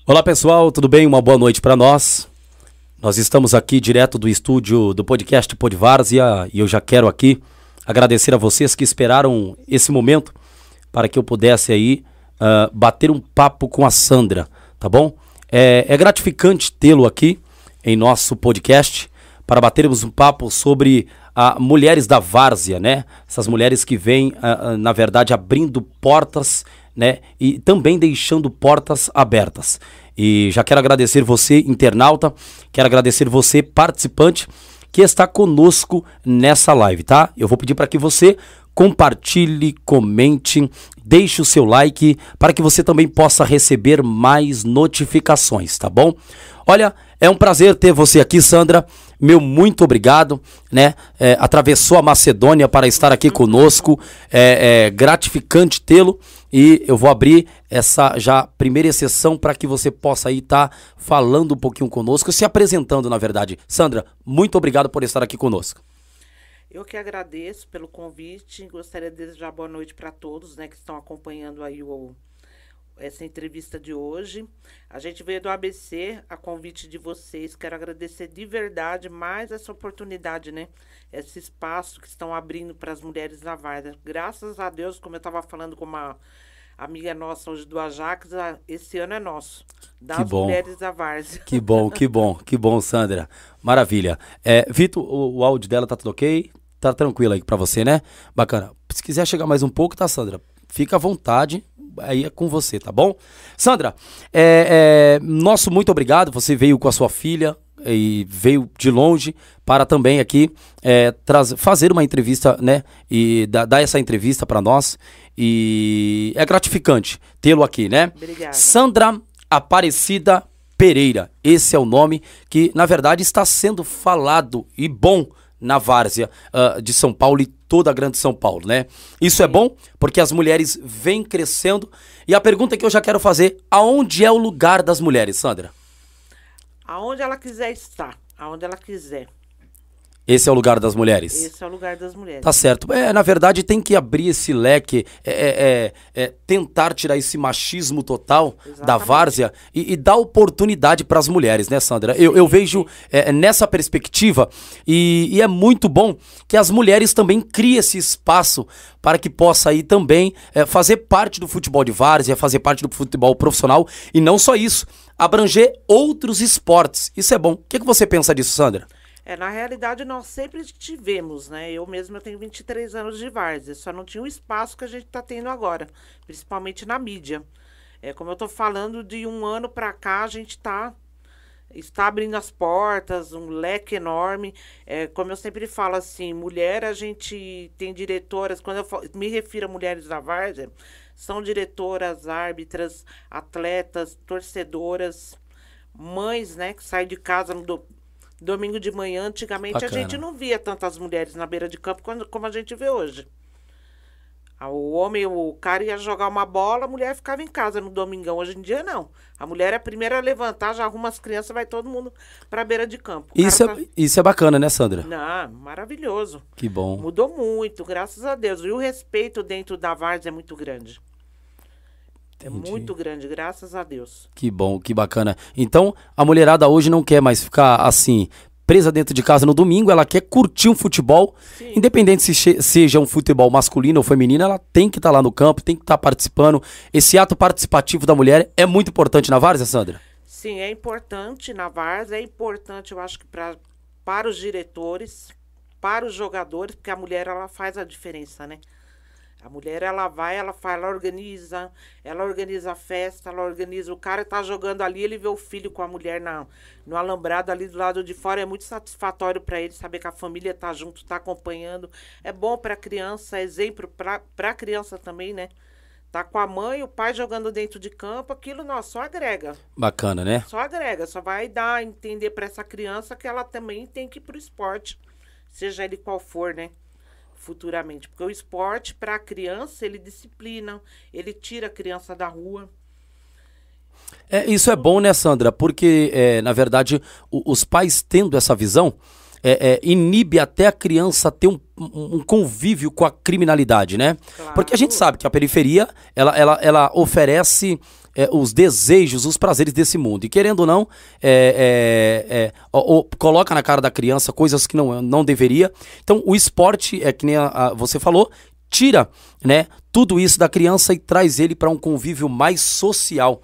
Olá pessoal, tudo bem? Uma boa noite para nós. Nós estamos aqui direto do estúdio do podcast Podvárzea e eu já quero aqui agradecer a vocês que esperaram esse momento para que eu pudesse aí bater um papo com a Sandra, tá bom? É gratificante tê-lo aqui em nosso podcast para batermos um papo sobre mulheres da várzea, né? Essas mulheres que vêm, na verdade, abrindo portas, né? E também deixando portas abertas. E já quero agradecer você, internauta, quero agradecer você, participante, que está conosco nessa live, tá? Eu vou pedir para que você compartilhe, comente, deixe o seu like, para que você também possa receber mais notificações, tá bom? Olha, é um prazer ter você aqui, Sandra. Meu muito obrigado, né? Atravessou a Macedônia para estar aqui conosco. É gratificante tê-lo. E eu vou abrir essa já primeira sessão para que você possa aí estar falando um pouquinho conosco, se apresentando, na verdade. Sandra, muito obrigado por estar aqui conosco. Eu que agradeço pelo convite. Gostaria de desejar boa noite para todos, né, que estão acompanhando aí essa entrevista de hoje. A gente veio do ABC a convite de vocês. Quero agradecer de verdade mais essa oportunidade, né? Esse espaço que estão abrindo para as mulheres da várzea. Graças a Deus, como eu estava falando com uma amiga nossa hoje do Ajax, esse ano é nosso. Das mulheres da várzea. Que bom, Sandra. Maravilha. Vitor, o áudio dela tá tudo ok? Tá tranquilo aí para você, né? Bacana. Se quiser chegar mais um pouco, tá, Sandra? Fica à vontade. Aí é com você, tá bom? Sandra, nosso muito obrigado. Você veio com a sua filha e veio de longe para também aqui fazer uma entrevista, né? E dar essa entrevista para nós. E é gratificante tê-lo aqui, né? Obrigada. Sandra Aparecida Pereira. Esse é o nome que, na verdade, está sendo falado e bom na várzea de São Paulo e toda a grande São Paulo, né? Isso é bom porque as mulheres vêm crescendo. E a pergunta que eu já quero fazer, aonde é o lugar das mulheres, Sandra? Aonde ela quiser estar, aonde ela quiser. Esse é o lugar das mulheres? Esse é o lugar das mulheres. Tá certo. Na verdade, tem que abrir esse leque, tentar tirar esse machismo total da várzea e dar oportunidade para as mulheres, né, Sandra? Eu vejo nessa perspectiva e é muito bom que as mulheres também criem esse espaço para que possa aí também fazer parte do futebol de várzea, fazer parte do futebol profissional e não só isso, abranger outros esportes. Isso é bom. O que você pensa disso, Sandra? Na realidade, nós sempre tivemos, né? Eu mesma tenho 23 anos de várzea, só não tinha o espaço que a gente está tendo agora, principalmente na mídia. Como eu estou falando, de um ano para cá, a gente está abrindo as portas, um leque enorme. Como eu sempre falo assim, mulher, a gente tem diretoras, quando eu me refiro a mulheres da várzea, são diretoras, árbitras, atletas, torcedoras, mães, né, que saem de casa no domingo de manhã. Antigamente Bacana. A gente não via tantas mulheres na beira de campo como a gente vê hoje. O homem, o cara ia jogar uma bola, a mulher ficava em casa no domingão. Hoje em dia, não. A mulher é a primeira a levantar, já arruma as crianças, vai todo mundo pra beira de campo. Isso é bacana, né, Sandra? Não, maravilhoso. Que bom. Mudou muito, graças a Deus. E o respeito dentro da várzea é muito grande. Entendi. Muito grande, graças a Deus. Que bom, que bacana. Então, a mulherada hoje não quer mais ficar assim, presa dentro de casa no domingo, ela quer curtir um futebol, sim. Independente se seja um futebol masculino ou feminino, ela tem que estar lá no campo, tem que estar participando. Esse ato participativo da mulher é muito importante na várzea, Sandra? Sim, é importante na várzea, é importante, eu acho que para os diretores, para os jogadores, porque a mulher, ela faz a diferença, né? A mulher, ela vai, ela faz, ela organiza a festa, ela organiza. O cara tá jogando ali, ele vê o filho com a mulher no alambrado ali do lado de fora. É muito satisfatório para ele saber que a família tá junto, tá acompanhando. É bom para a criança, é exemplo para a criança também, né? Tá com a mãe, o pai jogando dentro de campo, aquilo, nossa, só agrega. Bacana, né? Só agrega, só vai dar a entender para essa criança que ela também tem que ir pro esporte, seja ele qual for, né? Futuramente, porque o esporte para a criança, ele disciplina, ele tira a criança da rua. Isso é bom, né, Sandra? Porque, na verdade, os pais tendo essa visão, inibe até a criança ter um convívio com a criminalidade, né? Claro. Porque a gente sabe que a periferia, ela oferece os desejos, os prazeres desse mundo. E querendo ou não, coloca na cara da criança coisas que não deveria. Então o esporte, que nem você falou, tira, né, tudo isso da criança e traz ele para um convívio mais social.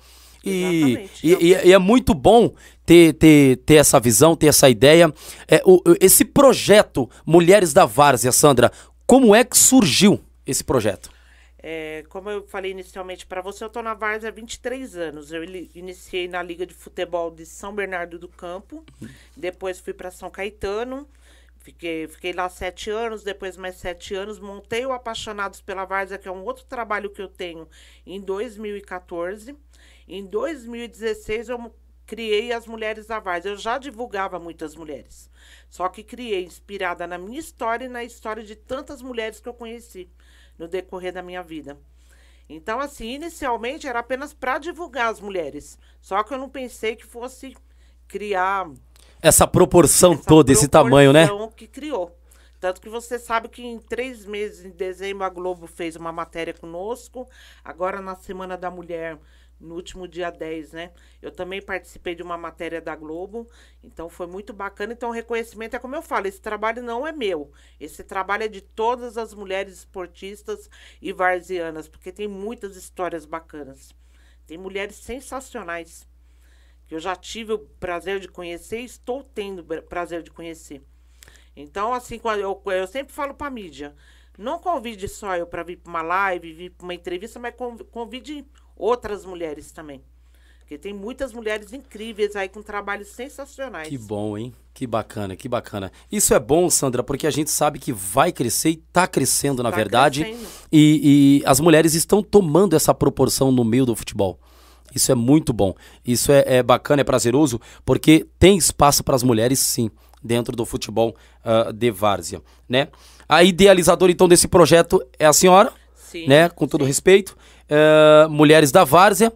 E é muito bom ter essa visão, ter essa ideia. Esse projeto Mulheres da Várzea, Sandra, como é que surgiu esse projeto? Como eu falei inicialmente para você, eu estou na Várzea há 23 anos. Eu iniciei na Liga de Futebol de São Bernardo do Campo, depois fui para São Caetano, fiquei lá 7 anos, depois mais 7 anos, montei o Apaixonados pela Várzea, que é um outro trabalho que eu tenho, em 2014. Em 2016, eu criei as Mulheres da Várzea. Eu já divulgava muitas mulheres, só que criei inspirada na minha história e na história de tantas mulheres que eu conheci no decorrer da minha vida. Então, assim, inicialmente era apenas para divulgar as mulheres, só que eu não pensei que fosse criar essa proporção toda, esse tamanho, né? Que criou. Tanto que você sabe que em 3 meses, em dezembro, a Globo fez uma matéria conosco. Agora, na Semana da Mulher, no último dia 10, né? Eu também participei de uma matéria da Globo. Então, foi muito bacana. Então, o reconhecimento é como eu falo, esse trabalho não é meu. Esse trabalho é de todas as mulheres esportistas e varzianas, porque tem muitas histórias bacanas. Tem mulheres sensacionais que eu já tive o prazer de conhecer e estou tendo o prazer de conhecer. Então, assim, quando eu sempre falo para a mídia, não convide só eu para vir para uma live, vir para uma entrevista, mas convide outras mulheres também. Porque tem muitas mulheres incríveis aí com trabalhos sensacionais. Que bom, hein? Que bacana, que bacana. Isso é bom, Sandra, porque a gente sabe que vai crescer e está crescendo, na verdade. Crescendo. E as mulheres estão tomando essa proporção no meio do futebol. Isso é muito bom. Isso é bacana, é prazeroso, porque tem espaço para as mulheres, sim, dentro do futebol de várzea, né? A idealizadora, então, desse projeto é a senhora, sim, né? Com todo respeito. Mulheres da Várzea.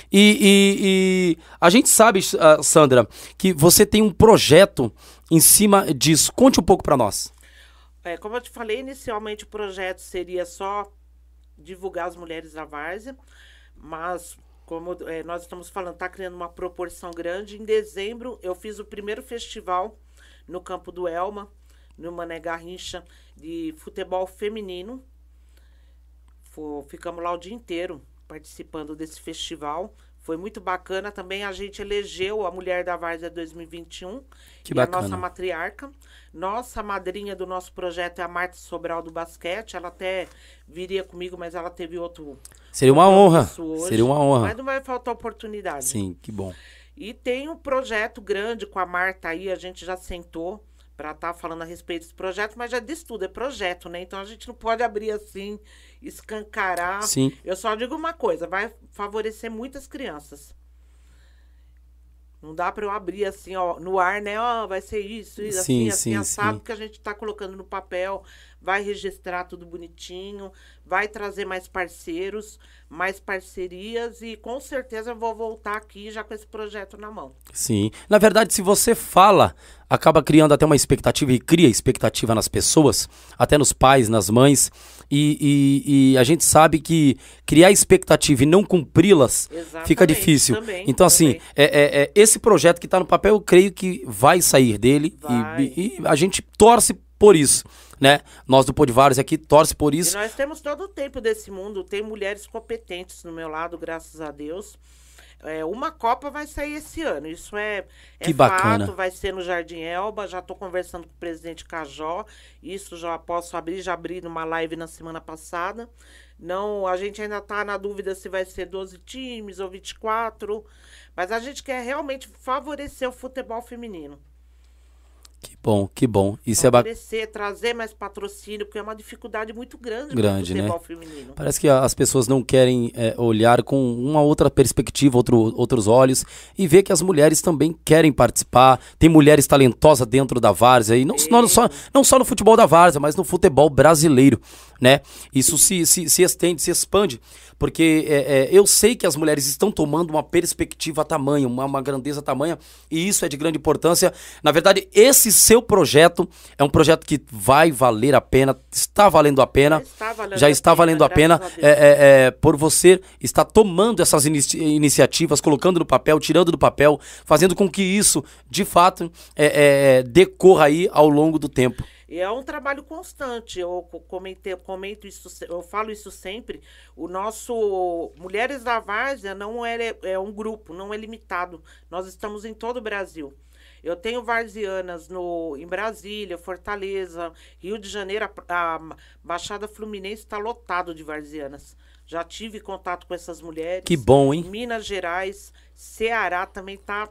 E a gente sabe, Sandra, que você tem um projeto em cima disso. Conte um pouco para nós. Como eu te falei, inicialmente o projeto seria só divulgar as Mulheres da Várzea, mas como nós estamos falando, está criando uma proporção grande. Em dezembro, eu fiz o primeiro festival no Campo do Elma, no Mané Garrincha, de futebol feminino. Ficamos lá o dia inteiro participando desse festival. Foi muito bacana. Também a gente elegeu a Mulher da Várzea 2021. Que bacana. A nossa matriarca. Nossa madrinha do nosso projeto é a Marta Sobral do basquete. Ela até viria comigo, mas ela teve outro... Seria uma honra. Seria uma honra. Mas não vai faltar oportunidade. Sim, que bom. E tem um projeto grande com a Marta aí. A gente já sentou para estar falando a respeito desse projeto, mas já disse tudo, é projeto, né? Então a gente não pode abrir assim, escancarar. Sim. Eu só digo uma coisa, vai favorecer muitas crianças. Não dá para eu abrir assim, ó, no ar, né? Ó, vai ser isso, sim, assim, assado, sim. que a gente tá colocando no papel, vai registrar tudo bonitinho, vai trazer mais parceiros, mais parcerias e com certeza eu vou voltar aqui já com esse projeto na mão. Sim. Na verdade, se você fala, acaba criando até uma expectativa e cria expectativa nas pessoas, até nos pais, nas mães, e a gente sabe que criar expectativa e não cumpri-las fica difícil. Também, então, assim, esse projeto que está no papel, eu creio que vai sair dele e a gente torce por isso, né? Nós do Podvárzea aqui torce por isso. E nós temos todo o tempo desse mundo, tem mulheres competentes no meu lado, graças a Deus. Uma Copa vai sair esse ano, isso é que bacana. Fato, vai ser no Jardim Elba, já estou conversando com o presidente Cajó, isso já posso abrir, já abri numa live na semana passada. Não, a gente ainda está na dúvida se vai ser 12 times ou 24, mas a gente quer realmente favorecer o futebol feminino. Que bom. Isso favorecer, trazer mais patrocínio, porque é uma dificuldade muito grande no futebol feminino. Parece que as pessoas não querem olhar com uma outra perspectiva, outros olhos, e ver que as mulheres também querem participar. Tem mulheres talentosas dentro da várzea, e não só no futebol da várzea, mas no futebol brasileiro. né? Isso se estende, se expande, porque eu sei que as mulheres estão tomando uma perspectiva tamanha, uma grandeza tamanha, e isso é de grande importância. Na verdade, esse seu projeto é um projeto que vai valer a pena, está valendo a pena, já está valendo a pena, por você estar tomando essas iniciativas, colocando no papel, tirando do papel, fazendo com que isso, de fato, decorra aí ao longo do tempo. E é um trabalho constante, eu comento isso, eu falo isso sempre, o nosso Mulheres da Várzea não é um grupo, não é limitado, nós estamos em todo o Brasil. Eu tenho varzianas em Brasília, Fortaleza, Rio de Janeiro, a Baixada Fluminense está lotado de varzianas. Já tive contato com essas mulheres. Que bom, hein? Minas Gerais, Ceará também está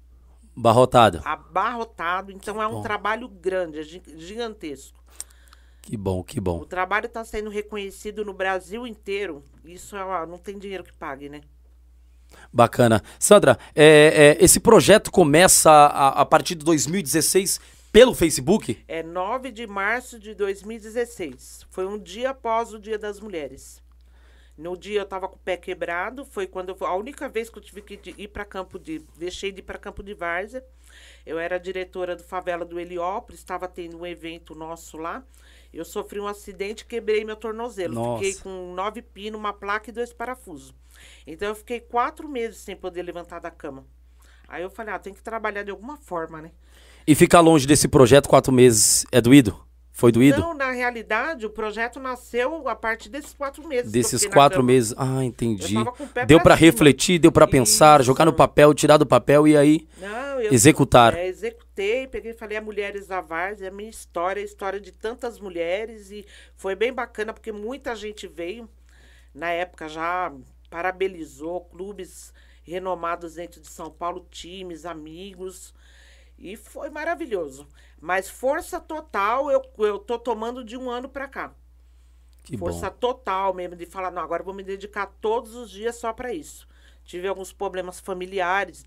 abarrotado, então é um trabalho grande, é gigantesco. Que bom, que bom. O trabalho está sendo reconhecido no Brasil inteiro, isso não tem dinheiro que pague, né? Bacana. Sandra, esse projeto começa a partir de 2016 pelo Facebook? 9 de março de 2016, foi um dia após o Dia das Mulheres. No dia eu estava com o pé quebrado, foi a única vez que eu tive que ir para deixei de ir para Campo de Várzea. Eu era diretora do Favela do Heliópolis, estava tendo um evento nosso lá. Eu sofri um acidente e quebrei meu tornozelo. Nossa. Fiquei com 9 pinos, uma placa e 2 parafusos. Então eu fiquei 4 meses sem poder levantar da cama. Aí eu falei, tem que trabalhar de alguma forma, né? E ficar longe desse projeto 4 meses é doído? Foi doído? Não, na realidade, o projeto nasceu a partir desses 4 meses. Desses 4 meses. Entendi. Deu para cima. Refletir, deu para pensar, jogar no papel, tirar do papel e aí executar. Executei, peguei e falei, Mulheres da Várzea, é a minha história, a história de tantas mulheres. E foi bem bacana, porque muita gente veio, na época já parabenizou, clubes renomados dentro de São Paulo, times, amigos. E foi maravilhoso. Mas força total eu tô tomando de um ano para cá. Que força bom. Total mesmo, de falar, não, agora eu vou me dedicar todos os dias só para isso. Tive alguns problemas familiares,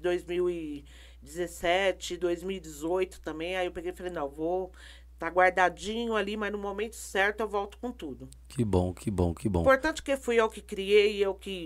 2017, 2018 também. Aí eu peguei e falei, não, vou tá guardadinho ali, mas no momento certo eu volto com tudo. Que bom, que bom, que bom. Importante que fui eu que criei, eu que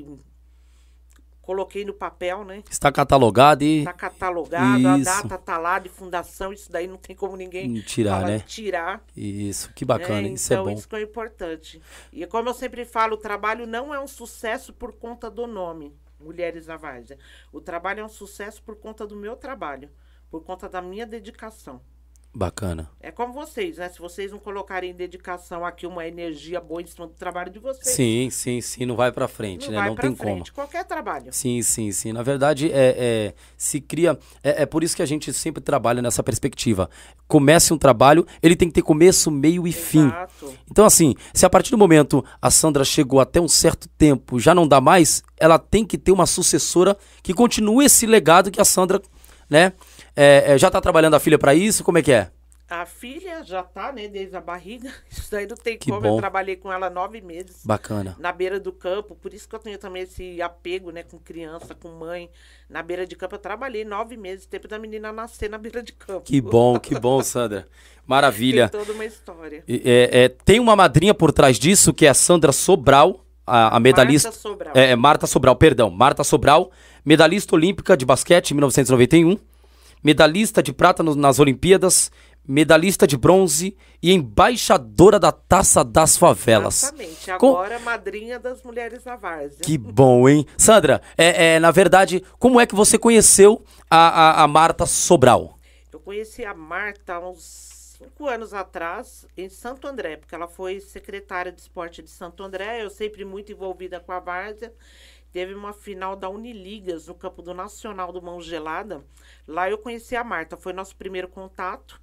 coloquei no papel, né? Está catalogado e... Está catalogado, a data tá lá de fundação, isso daí não tem como ninguém tirar, né? Tirar. Isso, que bacana, isso é bom. Então, isso que é importante. E como eu sempre falo, o trabalho não é um sucesso por conta do nome, Mulheres da Várzea. O trabalho é um sucesso por conta do meu trabalho, por conta da minha dedicação. Bacana. É como vocês, né? Se vocês não colocarem dedicação aqui, uma energia boa em cima do trabalho de vocês. Sim, não vai pra frente, né? Não tem como. Qualquer trabalho. Sim. Na verdade, se cria... É por isso que a gente sempre trabalha nessa perspectiva. Comece um trabalho, ele tem que ter começo, meio e fim. Então, assim, se a partir do momento a Sandra chegou até um certo tempo, já não dá mais, ela tem que ter uma sucessora que continue esse legado que a Sandra, né? Já tá trabalhando a filha para isso? Como é que é? A filha já tá, né, desde a barriga. Isso daí não tem como. Bom. Eu trabalhei com ela 9 meses. Bacana. Na beira do campo. Por isso que eu tenho também esse apego, né, com criança, com mãe. Na beira de campo eu trabalhei 9 meses. Tempo da menina nascer na beira de campo. Que bom, Sandra. Maravilha. Tem toda uma história. Tem uma madrinha por trás disso, que é a Sandra Sobral, a medalhista... Marta Sobral, medalhista olímpica de basquete em 1991. Medalhista de prata nas Olimpíadas, medalhista de bronze e embaixadora da Taça das Favelas. Exatamente, agora madrinha das Mulheres da Várzea. Que bom, hein? Sandra, na verdade, como é que você conheceu a Marta Sobral? Eu conheci a Marta há uns 5 anos atrás, em Santo André, porque ela foi secretária de esporte de Santo André, eu sempre muito envolvida com a Várzea. Teve uma final da Uniligas no campo do Nacional do Mão Gelada. Lá eu conheci a Marta, foi nosso primeiro contato.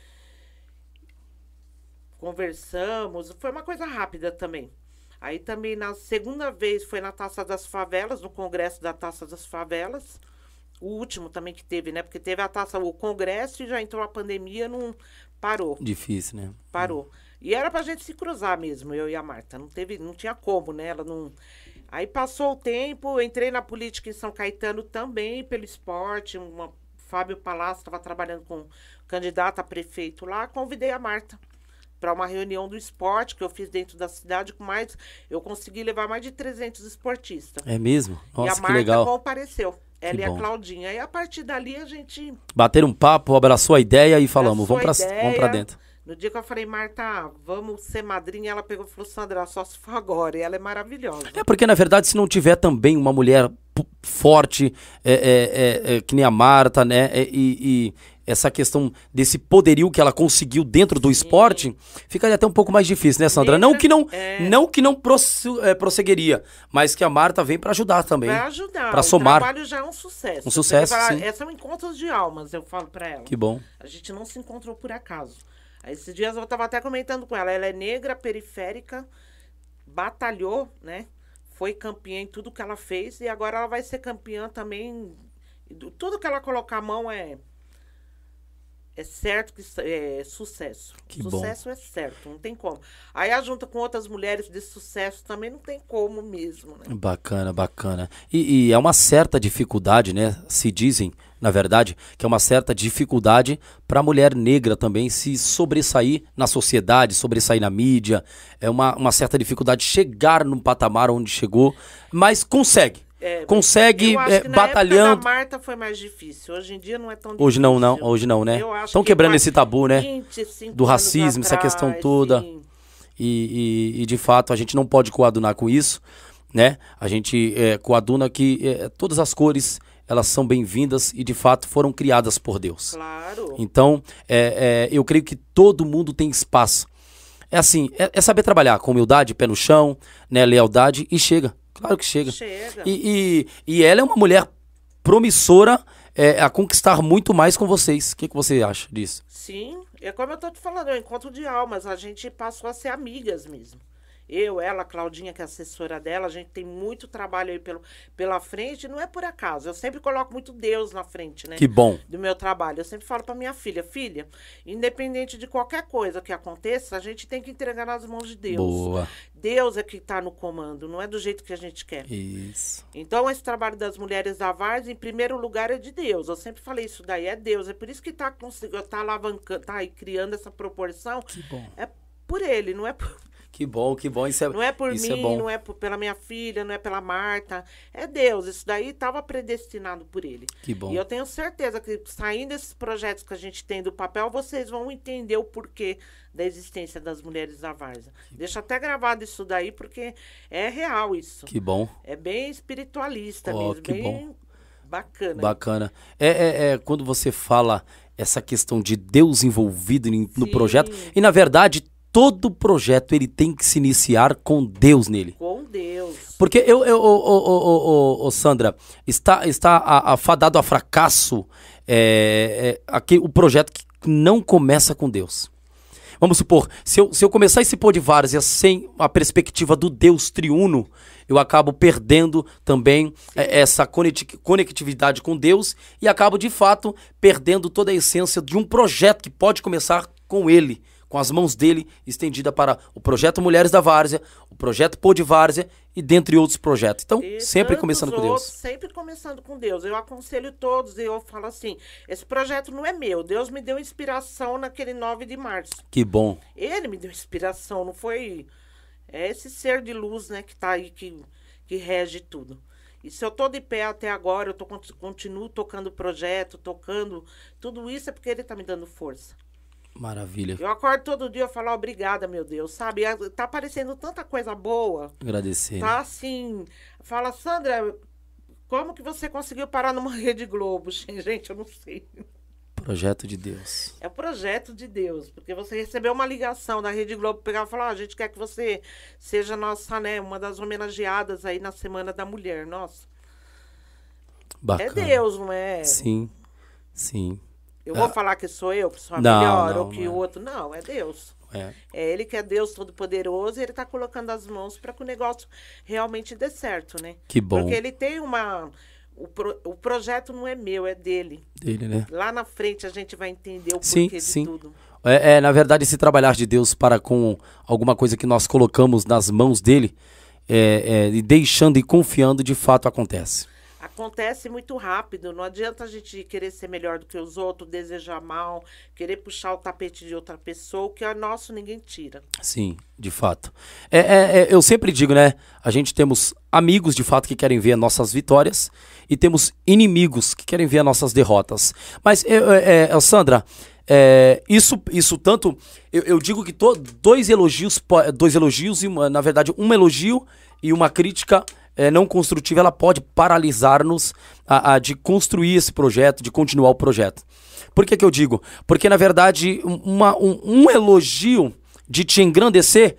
Conversamos, foi uma coisa rápida também. Aí também na segunda vez foi na Taça das Favelas, no congresso da Taça das Favelas. O último também que teve, né? Porque teve o congresso e já entrou a pandemia, não parou. Difícil, né? Parou. E era pra gente se cruzar mesmo, eu e a Marta. Não tinha como, né? Ela não... Aí passou o tempo, entrei na política em São Caetano também, pelo esporte. Fábio Palácio estava trabalhando com candidato a prefeito lá, convidei a Marta para uma reunião do esporte que eu fiz dentro da cidade, eu consegui levar mais de 300 esportistas. É mesmo? Nossa, e a que Marta legal. compareceu. Ela e a bom. Claudinha. E a partir dali a gente... Bateram um papo, abraçou a ideia e falamos, abraçou vamos a pra ideia. dentro. No dia que eu falei, Marta, vamos ser madrinha, ela pegou e falou, Sandra, só se for agora. E ela é maravilhosa. É porque, na verdade, se não tiver também uma mulher forte, que nem a Marta, né? E essa questão desse poderio que ela conseguiu dentro do esporte, ficaria até um pouco mais difícil, né, Sandra? Não que não prosseguiria, mas que a Marta vem para ajudar também. Vai ajudar. Para somar. O trabalho já é um sucesso. Um sucesso, falar, sim. São encontros de almas, eu falo para ela. Que bom. A gente não se encontrou por acaso. Aí, esses dias eu estava até comentando com ela. Ela é negra, periférica, batalhou, né? Foi campeã em tudo que ela fez e agora ela vai ser campeã também. Tudo que ela colocar a mão é certo que é sucesso. Que sucesso bom. É certo, não tem como. Aí a junta com outras mulheres de sucesso também não tem como mesmo, né? Bacana, bacana. E é uma certa dificuldade, né? Se dizem, na verdade, que é uma certa dificuldade para a mulher negra também se sobressair na sociedade, sobressair na mídia. É uma certa dificuldade chegar num patamar onde chegou, mas consegue. Consegue eu acho que batalhando. Na época da Marta foi mais difícil. Hoje em dia não é tão difícil. Hoje não, né? Estão quebrando esse tabu, né? Do racismo, essa questão toda. E de fato a gente não pode coadunar com isso, né? A gente coaduna que todas as cores elas são bem-vindas e de fato foram criadas por Deus. Claro. Então eu creio que todo mundo tem espaço. É assim, é saber trabalhar com humildade, pé no chão, né? Lealdade e chega. Claro que chega. E ela é uma mulher promissora a conquistar muito mais com vocês. O que você acha disso? Sim, é como eu tô te falando, é um encontro de almas. A gente passou a ser amigas mesmo. Eu, ela, a Claudinha, que é assessora dela, a gente tem muito trabalho aí pela frente, não é por acaso. Eu sempre coloco muito Deus na frente, né? Que bom. Do meu trabalho. Eu sempre falo pra minha filha, independente de qualquer coisa que aconteça, a gente tem que entregar nas mãos de Deus. Boa. Deus é que tá no comando, não é do jeito que a gente quer. Isso. Então, esse trabalho das mulheres da Várzea, em primeiro lugar, é de Deus. Eu sempre falei isso daí, é Deus. É por isso que tá alavancando, tá aí criando essa proporção. Que bom. É por ele, não é por... Que bom. Isso não é por isso mim, é bom. não é pela minha filha, não é pela Marta. É Deus. Isso daí estava predestinado por ele. Que bom. E eu tenho certeza que saindo desses projetos que a gente tem do papel, vocês vão entender o porquê da existência das mulheres da Várzea. Deixa até gravado isso daí, porque é real isso. Que bom. É bem espiritualista mesmo. Que bem bom. Bacana. Bacana. Quando você fala essa questão de Deus envolvido no projeto, e na verdade todo projeto ele tem que se iniciar com Deus nele. Com Deus. Porque Sandra, está afadado a fracasso o projeto que não começa com Deus. Vamos supor, se eu começar esse Pô de Várzea sem a perspectiva do Deus triuno, eu acabo perdendo também essa conectividade com Deus e acabo, de fato, perdendo toda a essência de um projeto que pode começar com Ele, com as mãos dele estendida para o projeto Mulheres da Várzea, o projeto Pô de Várzea e dentre outros projetos. Então, sempre começando com Deus. Sempre começando com Deus. Eu aconselho todos, eu falo assim, esse projeto não é meu, Deus me deu inspiração naquele 9 de março. Que bom. Ele me deu inspiração, não foi... É esse ser de luz, né, que tá aí, que rege tudo. E se eu tô de pé até agora, eu continuo tocando o projeto, tocando... Tudo isso é porque ele tá me dando força. Maravilha. Eu acordo todo dia e falo, obrigada, meu Deus, sabe? Tá aparecendo tanta coisa boa. Agradecer. Tá assim... Fala, Sandra, como que você conseguiu parar numa Rede Globo? Gente, eu não sei. Projeto de Deus. É o projeto de Deus, porque você recebeu uma ligação da Rede Globo, pegar e falar, a gente quer que você seja nossa, né, uma das homenageadas aí na Semana da Mulher, nossa. Bacana. É Deus, não é? Sim, sim. Eu vou falar que sou eu, que sou a melhor, ou que o outro. Não, é Deus. É Ele que é Deus Todo-Poderoso e Ele tá colocando as mãos para que o negócio realmente dê certo, né? Que bom. Porque Ele tem uma... O projeto não é meu, é dele. Dele, né? Lá na frente a gente vai entender o porquê de tudo. Na verdade, esse trabalhar de Deus para com alguma coisa que nós colocamos nas mãos dele, e deixando e confiando, de fato acontece. acontece muito rápido. Não adianta a gente querer ser melhor do que os outros, desejar mal, querer puxar o tapete de outra pessoa, o que é nosso ninguém tira. Sim, de fato. Eu sempre digo, né? A gente temos amigos, de fato, que querem ver nossas vitórias e temos inimigos que querem ver nossas derrotas. Mas, Sandra, isso tanto... Eu digo que dois elogios e, na verdade, um elogio e uma crítica não construtiva, ela pode paralisar-nos de construir esse projeto, de continuar o projeto. Por que eu digo? Porque, na verdade, um elogio de te engrandecer,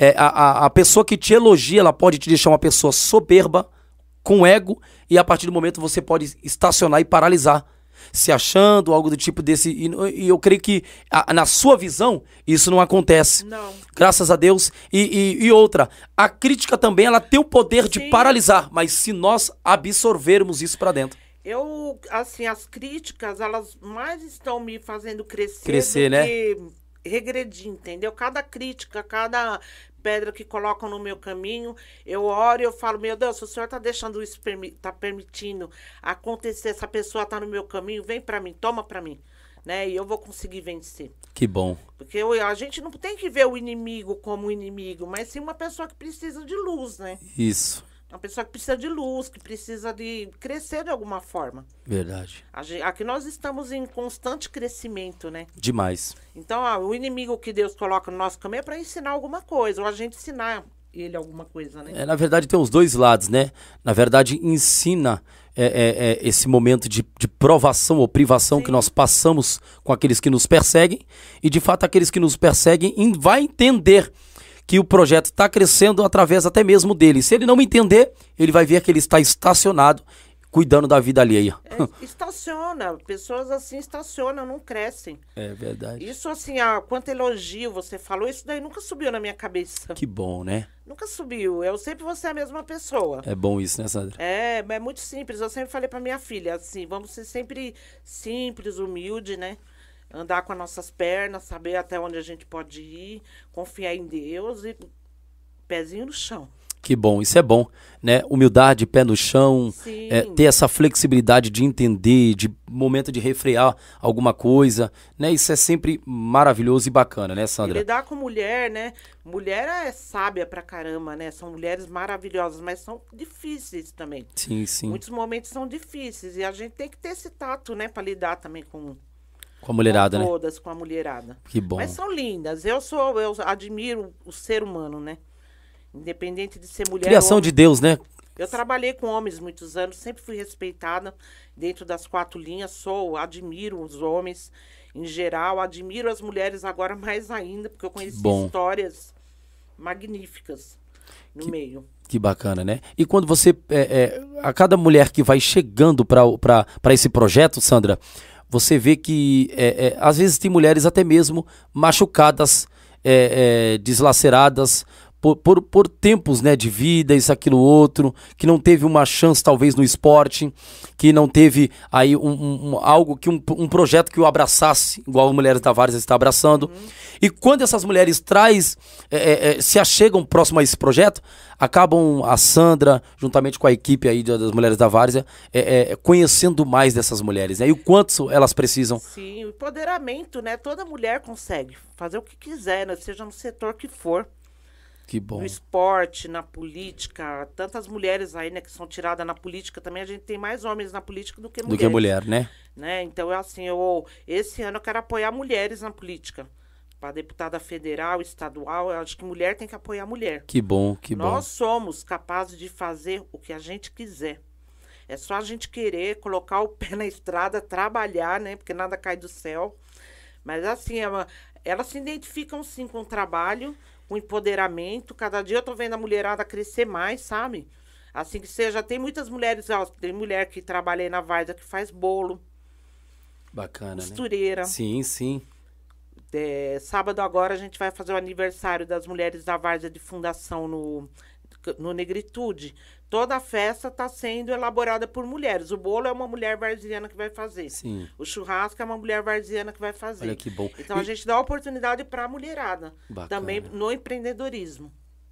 a pessoa que te elogia, ela pode te deixar uma pessoa soberba, com ego, e a partir do momento você pode estacionar e paralisar, se achando algo do tipo desse. E eu creio que, na sua visão, isso não acontece. Não. Graças a Deus. E outra, a crítica também, ela tem o poder de paralisar, mas se nós absorvermos isso para dentro. Assim, as críticas, elas mais estão me fazendo crescer, do né? que regredir, entendeu? Cada crítica, cada pedra que colocam no meu caminho, eu oro e eu falo, meu Deus, se o Senhor está deixando isso, está permitindo acontecer, essa pessoa está no meu caminho, vem para mim, toma para mim, né? E eu vou conseguir vencer. Que bom. Porque a gente não tem que ver o inimigo como inimigo, mas sim uma pessoa que precisa de luz, né? Isso. Uma pessoa que precisa de luz, que precisa de crescer de alguma forma. Verdade. Aqui nós estamos em constante crescimento, né? Demais. Então, o inimigo que Deus coloca no nosso caminho é para ensinar alguma coisa, ou a gente ensinar ele alguma coisa, né? Na verdade, tem os dois lados, né? Na verdade, ensina esse momento de provação ou privação Sim. que nós passamos com aqueles que nos perseguem, e de fato aqueles que nos perseguem vai entender que o projeto está crescendo através até mesmo dele. Se ele não entender, ele vai ver que ele está estacionado, cuidando da vida alheia. Estaciona. Pessoas assim estacionam, não crescem. É verdade. Isso assim, quanto elogio você falou, isso daí nunca subiu na minha cabeça. Que bom, né? Nunca subiu. Eu sempre vou ser a mesma pessoa. É bom isso, né, Sandra? É muito simples. Eu sempre falei para minha filha, assim, vamos ser sempre simples, humilde, né? Andar com as nossas pernas, saber até onde a gente pode ir, confiar em Deus e pezinho no chão. Que bom, isso é bom, né? Humildade, pé no chão, ter essa flexibilidade de entender, de momento de refrear alguma coisa, né? Isso é sempre maravilhoso e bacana, né, Sandra? E lidar com mulher, né? Mulher é sábia pra caramba, né? São mulheres maravilhosas, mas são difíceis também. Sim, sim. Muitos momentos são difíceis e a gente tem que ter esse tato, né? Pra lidar também com a mulherada, com né? Todas, com a mulherada. Que bom. Mas são lindas. Eu admiro o ser humano, né? Independente de ser mulher Criação ou homem. De Deus, né? Eu trabalhei com homens muitos anos, sempre fui respeitada dentro das 4 linhas. Admiro os homens em geral, admiro as mulheres agora mais ainda, porque eu conheci histórias magníficas no meio. Que bacana, né? E quando você, a cada mulher que vai chegando para esse projeto, Sandra, você vê que às vezes tem mulheres até mesmo machucadas, deslaceradas, por tempos, né, de vida, isso, aquilo, outro, que não teve uma chance talvez no esporte, que não teve aí um projeto que o abraçasse, igual as Mulheres da Várzea está abraçando. E quando essas mulheres se achegam próximo a esse projeto, acabam a Sandra, juntamente com a equipe aí das Mulheres da Várzea, conhecendo mais dessas mulheres, né? E o quanto elas precisam. Sim, o empoderamento, né? Toda mulher consegue fazer o que quiser, né? Seja no setor que for. Que bom. No esporte, na política, tantas mulheres aí, né, que são tiradas na política também, a gente tem mais homens na política do que mulheres. Do que mulher, né? Então, assim, esse ano eu quero apoiar mulheres na política. Para deputada federal, estadual, eu acho que mulher tem que apoiar mulher. Que bom, que bom. Nós somos capazes de fazer o que a gente quiser. É só a gente querer colocar o pé na estrada, trabalhar, né, porque nada cai do céu. Mas, assim, elas se identificam, sim, com o trabalho, o empoderamento. Cada dia eu tô vendo a mulherada crescer mais, sabe? Assim que seja, tem muitas mulheres, tem mulher que trabalha aí na Várzea que faz bolo. Bacana, costureira. Né? Sim, sim. Sábado agora a gente vai fazer o aniversário das Mulheres da Várzea de Fundação no Negritude. Toda a festa está sendo elaborada por mulheres. O bolo é uma mulher varziana que vai fazer. Sim. O churrasco é uma mulher varziana que vai fazer. Olha que bom. Então a gente dá oportunidade para a mulherada. Bacana. Também no empreendedorismo.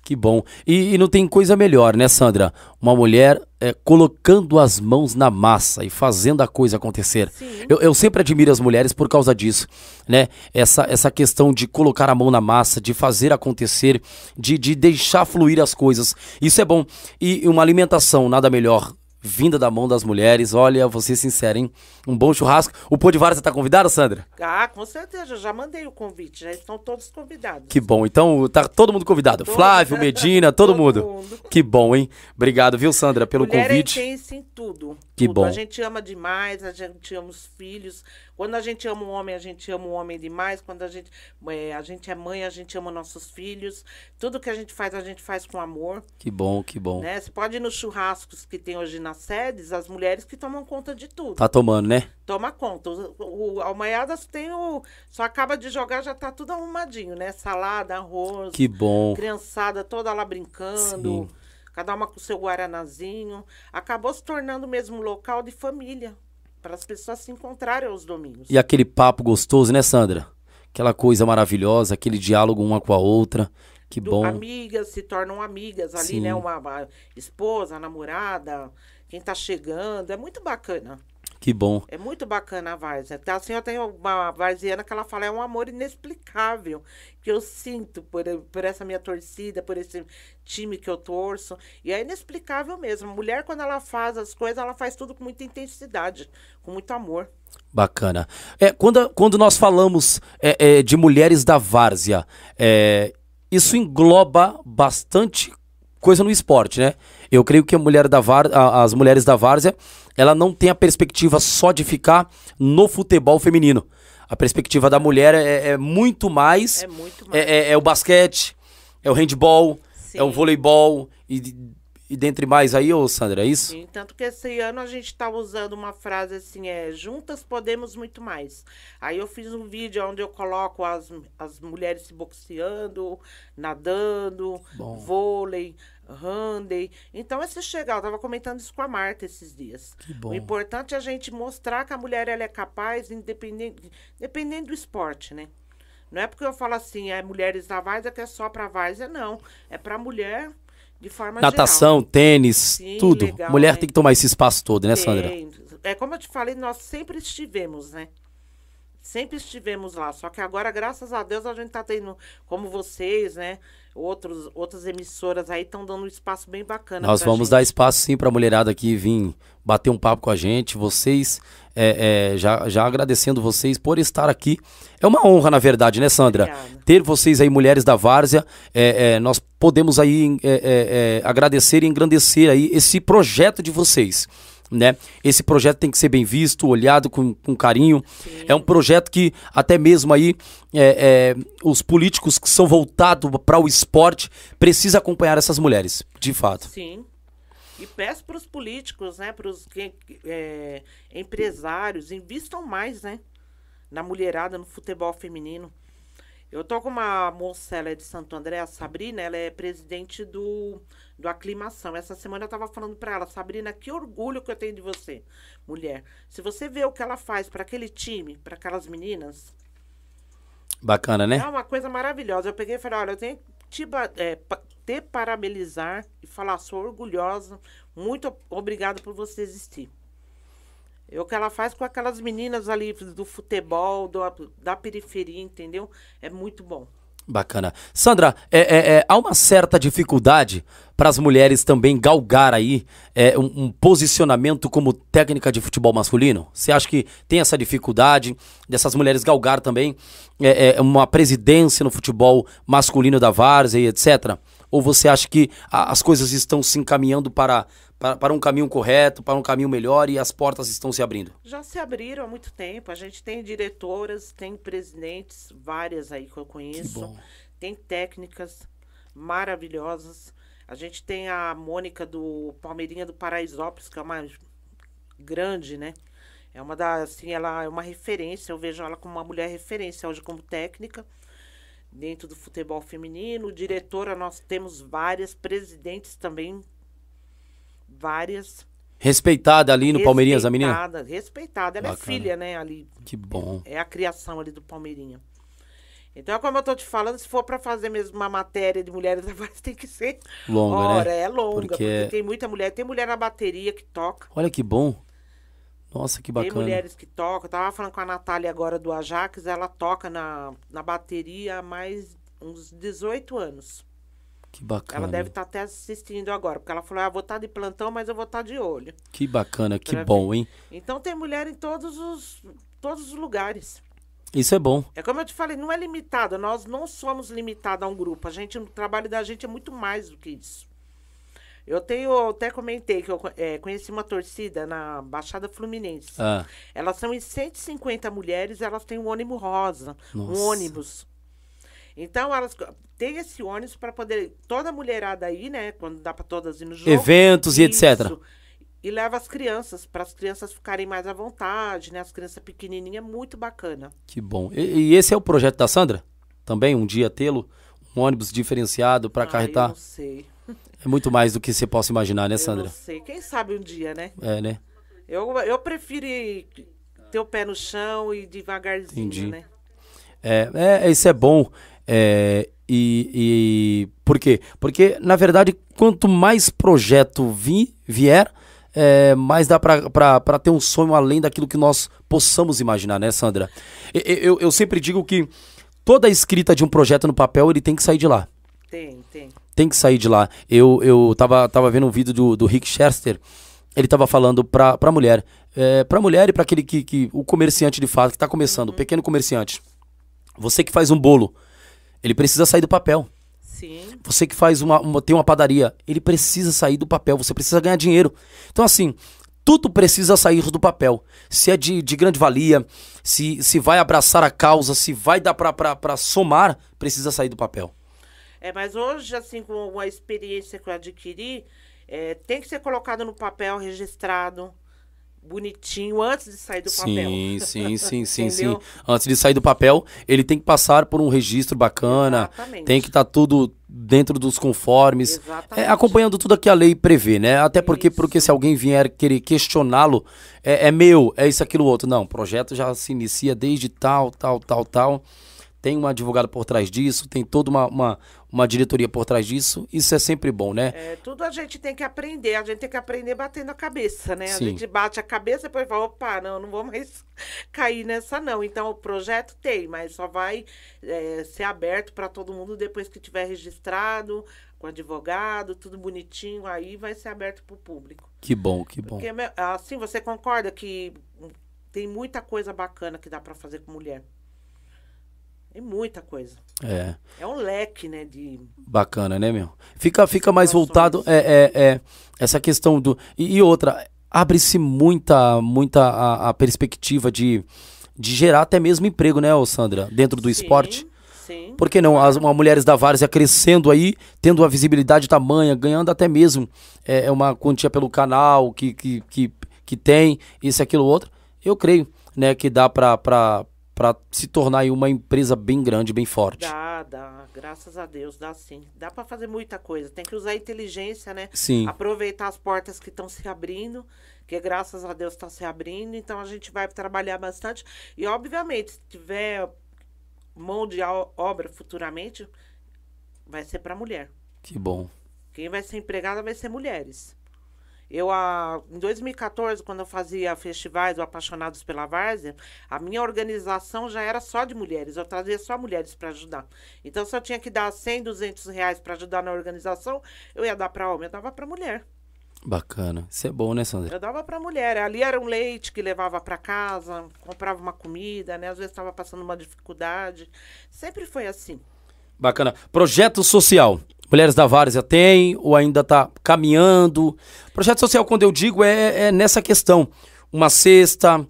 Que bom. E não tem coisa melhor, né, Sandra? Uma mulher colocando as mãos na massa e fazendo a coisa acontecer. Sim. Eu sempre admiro as mulheres por causa disso, né? Essa questão de colocar a mão na massa, de fazer acontecer, de deixar fluir as coisas. Isso é bom. E uma alimentação, nada melhor, vinda da mão das mulheres. Olha, vou ser sincero, hein? Um bom churrasco. O Pô de Várzea tá convidado, Sandra? Ah, com certeza, já mandei o convite, já estão todos convidados. Que bom, então tá todo mundo convidado. Flávio, Medina, todo mundo. Que bom, hein? Obrigado, viu, Sandra, pelo convite. Mulher é intensa em tudo. Que bom. A gente ama demais, a gente ama os filhos. Quando a gente ama um homem, a gente ama um homem demais. Quando a gente é mãe, a gente ama nossos filhos. Tudo que a gente faz com amor. Que bom, que bom. Né? Você pode ir nos churrascos que tem hoje nas sedes, as mulheres que tomam conta de tudo. Tá tomando, né? Toma conta. O Almaiadas tem o... Só acaba de jogar, já tá tudo arrumadinho, né? Salada, arroz. Que bom. Criançada toda lá brincando. Sim. Cada uma com o seu guaranazinho. Acabou se tornando mesmo um local de família. Para as pessoas se encontrarem aos domingos. E aquele papo gostoso, né, Sandra? Aquela coisa maravilhosa, aquele diálogo uma com a outra. Que bom. Amigas se tornam amigas ali, Sim. né? Uma esposa, namorada, quem tá chegando. É muito bacana. Que bom. É muito bacana a várzea. Então, assim, eu tenho uma varziana que ela fala, é um amor inexplicável que eu sinto por essa minha torcida, por esse time que eu torço. E é inexplicável mesmo. A mulher, quando ela faz as coisas, ela faz tudo com muita intensidade, com muito amor. Bacana. Quando nós falamos de mulheres da várzea, isso engloba bastante coisa no esporte, né? Eu creio que as mulheres da várzea, ela não tem a perspectiva só de ficar no futebol feminino. A perspectiva da mulher é muito mais. É muito mais. É o basquete, é o handball, Sim. é o voleibol e dentre mais aí, ô Sandra, é isso? Sim, tanto que esse ano a gente está usando uma frase assim, juntas podemos muito mais. Aí eu fiz um vídeo onde eu coloco as mulheres se boxeando, nadando, vôlei, handball. Então, esse chegar, eu estava comentando isso com a Marta esses dias. Que bom. O importante é a gente mostrar que a mulher ela é capaz, independente do esporte, né? Não é porque eu falo assim, mulheres da várzea que é só para várzea, não. É para mulher de forma Natação, geral. tênis, Sim, tudo. legal, Mulher né? tem que tomar esse espaço todo, né, Sandra? É como eu te falei, nós sempre estivemos, né? Sempre estivemos lá. Só que agora, graças a Deus, a gente tá tendo, como vocês, né? Outras emissoras aí estão dando um espaço bem bacana. Nós pra vamos gente. dar espaço sim pra mulherada aqui vir bater um papo com a gente. Vocês, já agradecendo vocês por estar aqui. É uma honra, na verdade, né, Sandra? Obrigada. Ter vocês aí, mulheres da várzea. Nós podemos aí agradecer e engrandecer aí esse projeto de vocês. Né? Esse projeto tem que ser bem visto, olhado com carinho. Sim. É um projeto que até mesmo aí os políticos que são voltados para o esporte precisam acompanhar essas mulheres, de fato. Sim. E peço para os políticos, né? Para os empresários, invistam mais, né? Na mulherada, no futebol feminino. Eu tô com uma moça, ela é de Santo André, a Sabrina, ela é presidente do Aclimação. Essa semana eu estava falando para ela, Sabrina, que orgulho que eu tenho de você, mulher. Se você vê o que ela faz para aquele time, para aquelas meninas... Bacana, né? É uma coisa maravilhosa. Eu peguei e falei, olha, eu tenho que te parabenizar e falar, sou orgulhosa, muito obrigada por você existir. É o que ela faz com aquelas meninas ali do futebol, da periferia, entendeu? É muito bom. Bacana. Sandra, há uma certa dificuldade para as mulheres também galgar aí um posicionamento como técnica de futebol masculino? Você acha que tem essa dificuldade dessas mulheres galgar também uma presidência no futebol masculino da várzea e etc? Ou você acha que as coisas estão se encaminhando para um caminho correto, para um caminho melhor e as portas estão se abrindo? Já se abriram há muito tempo. A gente tem diretoras, tem presidentes, várias aí que eu conheço. Que bom. Tem técnicas maravilhosas. A gente tem a Mônica do Palmeirinha do Paraisópolis, que é uma grande, né? É uma assim, ela é uma referência. Eu vejo ela como uma mulher referência hoje como técnica dentro do futebol feminino. Diretora, nós temos várias, presidentes também, várias. Respeitada ali no Palmeirinhas, a menina? Respeitada. Ela Bacana. é filha, né, ali. Que bom. É a criação ali do Palmeirinha. Então, como eu tô te falando, se for para fazer mesmo uma matéria de mulheres da Vars, tem que ser Longa, né? é longa, Porque porque tem muita mulher. Tem mulher na bateria que toca. olha que bom. Nossa, que Tem bacana. mulheres que tocam. Eu tava falando com a Natália agora do Ajax, ela toca na bateria há mais uns 18 anos. Que bacana. Ela deve estar até assistindo agora, porque ela falou, vou estar de plantão, mas eu vou estar de olho. Que bacana, que Pra bom, ver. hein? Então tem mulher em todos os lugares. Isso é bom. É como eu te falei, não é limitado. Nós não somos limitados a um grupo. O trabalho da gente é muito mais do que isso. Eu até comentei que eu conheci uma torcida na Baixada Fluminense. Ah, Elas são em 150 mulheres, elas têm um ônibus rosa, um Nossa. ônibus. Então, elas têm esse ônibus para poder... Toda mulherada aí, né? Quando dá para todas ir no jogo. Eventos e etc. Isso. E leva as crianças, para as crianças ficarem mais à vontade, né? As crianças pequenininhas, muito bacana. Que bom. E esse é o projeto da Sandra? Também, um dia tê-lo? Um ônibus diferenciado para Eu acarretar? não sei. É muito mais do que você possa imaginar, né, Eu Sandra? não sei. Quem sabe um dia, né? É, né? Eu prefiro ter o pé no chão e devagarzinho, Entendi. né? Isso é bom. Por quê? Porque, na verdade, quanto mais projeto vier, mais dá pra ter um sonho além daquilo que nós possamos imaginar, né, Sandra? Eu sempre digo que toda a escrita de um projeto no papel, ele tem que sair de lá. Tem. Tem que sair de lá. Eu tava vendo um vídeo do Rick Chester, ele tava falando pra mulher. Pra mulher e pra aquele o comerciante de fato, que tá começando, o pequeno comerciante. Você que faz um bolo, ele precisa sair do papel. Sim. Você que faz tem uma padaria, ele precisa sair do papel, você precisa ganhar dinheiro. Então assim, tudo precisa sair do papel. Se é de grande valia, se vai abraçar a causa, se vai dar pra somar, precisa sair do papel. Mas hoje, assim, com a experiência que eu adquiri, tem que ser colocado no papel, registrado, bonitinho, antes de sair do papel. Sim. Antes de sair do papel, ele tem que passar por um registro bacana. Exatamente. Tem que estar tudo dentro dos conformes. Exatamente. Acompanhando tudo que a lei prevê, né? Até porque se alguém vier querer questioná-lo, é meu, é isso, aquilo, outro. Não, o projeto já se inicia desde tal. Tem um advogado por trás disso, tem toda uma diretoria por trás disso. Isso é sempre bom, né? Tudo a gente tem que aprender. A gente tem que aprender batendo a cabeça, né? Sim. A gente bate a cabeça e depois fala, opa, não vou mais cair nessa não. Então, o projeto tem, mas só vai ser aberto para todo mundo depois que tiver registrado, com advogado, tudo bonitinho. Aí vai ser aberto para o público. Que bom. Porque, assim, você concorda que tem muita coisa bacana que dá para fazer com mulher? Tem muita coisa. É um leque, né, de... Bacana, né, meu? Fica mais voltado essa questão do... E outra, abre-se muita a perspectiva de gerar até mesmo emprego, né, Sandra? Dentro do esporte. Sim. Por que não? As mulheres da Várzea crescendo aí, tendo uma visibilidade tamanha, ganhando até mesmo uma quantia pelo canal que tem, isso, aquilo, outro. Eu creio, né, que dá pra se tornar aí uma empresa bem grande, bem forte. Dá. Graças a Deus, dá sim. Dá para fazer muita coisa. Tem que usar a inteligência, né? Sim. Aproveitar as portas que estão se abrindo, que graças a Deus está se abrindo. Então, a gente vai trabalhar bastante. E, obviamente, se tiver mão de obra futuramente, vai ser para mulher. Que bom. Quem vai ser empregada vai ser mulheres. Em 2014, quando eu fazia festivais, o Apaixonados pela Várzea, a minha organização já era só de mulheres. Eu trazia só mulheres para ajudar. Então, se eu tinha que dar 100, 200 reais para ajudar na organização, eu ia dar para homem, eu dava para mulher. Bacana. Isso é bom, né, Sandra? Eu dava para mulher. Ali era um leite que levava para casa, comprava uma comida, né? Às vezes estava passando uma dificuldade. Sempre foi assim. Bacana. Projeto social. Mulheres da Várzea tem ou ainda está caminhando? Projeto social, quando eu digo, é nessa questão. Uma cesta,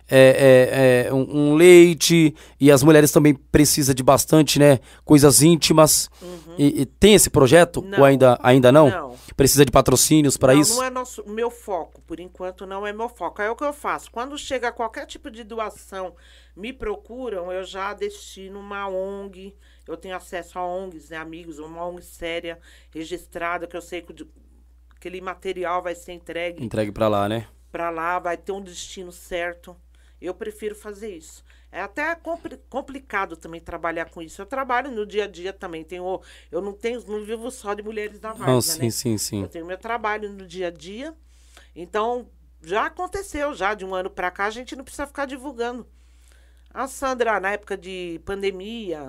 um leite, e as mulheres também precisam de bastante, né, coisas íntimas. E tem esse projeto? Não. Ou ainda não? Não. Precisa de patrocínios para isso? Não é meu foco. Por enquanto, não é meu foco. É o que eu faço. Quando chega qualquer tipo de doação, me procuram, eu já destino uma ONG. Eu tenho acesso a ONGs, né, amigos, uma ONG séria, registrada, que eu sei que aquele material vai ser entregue Entregue para lá, né? para lá, vai ter um destino certo. Eu prefiro fazer isso. É até complicado também trabalhar com isso. Eu trabalho no dia a dia também. Eu não vivo só de Mulheres da Várzea, né? Sim. Eu tenho meu trabalho no dia a dia. Então, já aconteceu, já de um ano para cá, a gente não precisa ficar divulgando. A Sandra, na época de pandemia,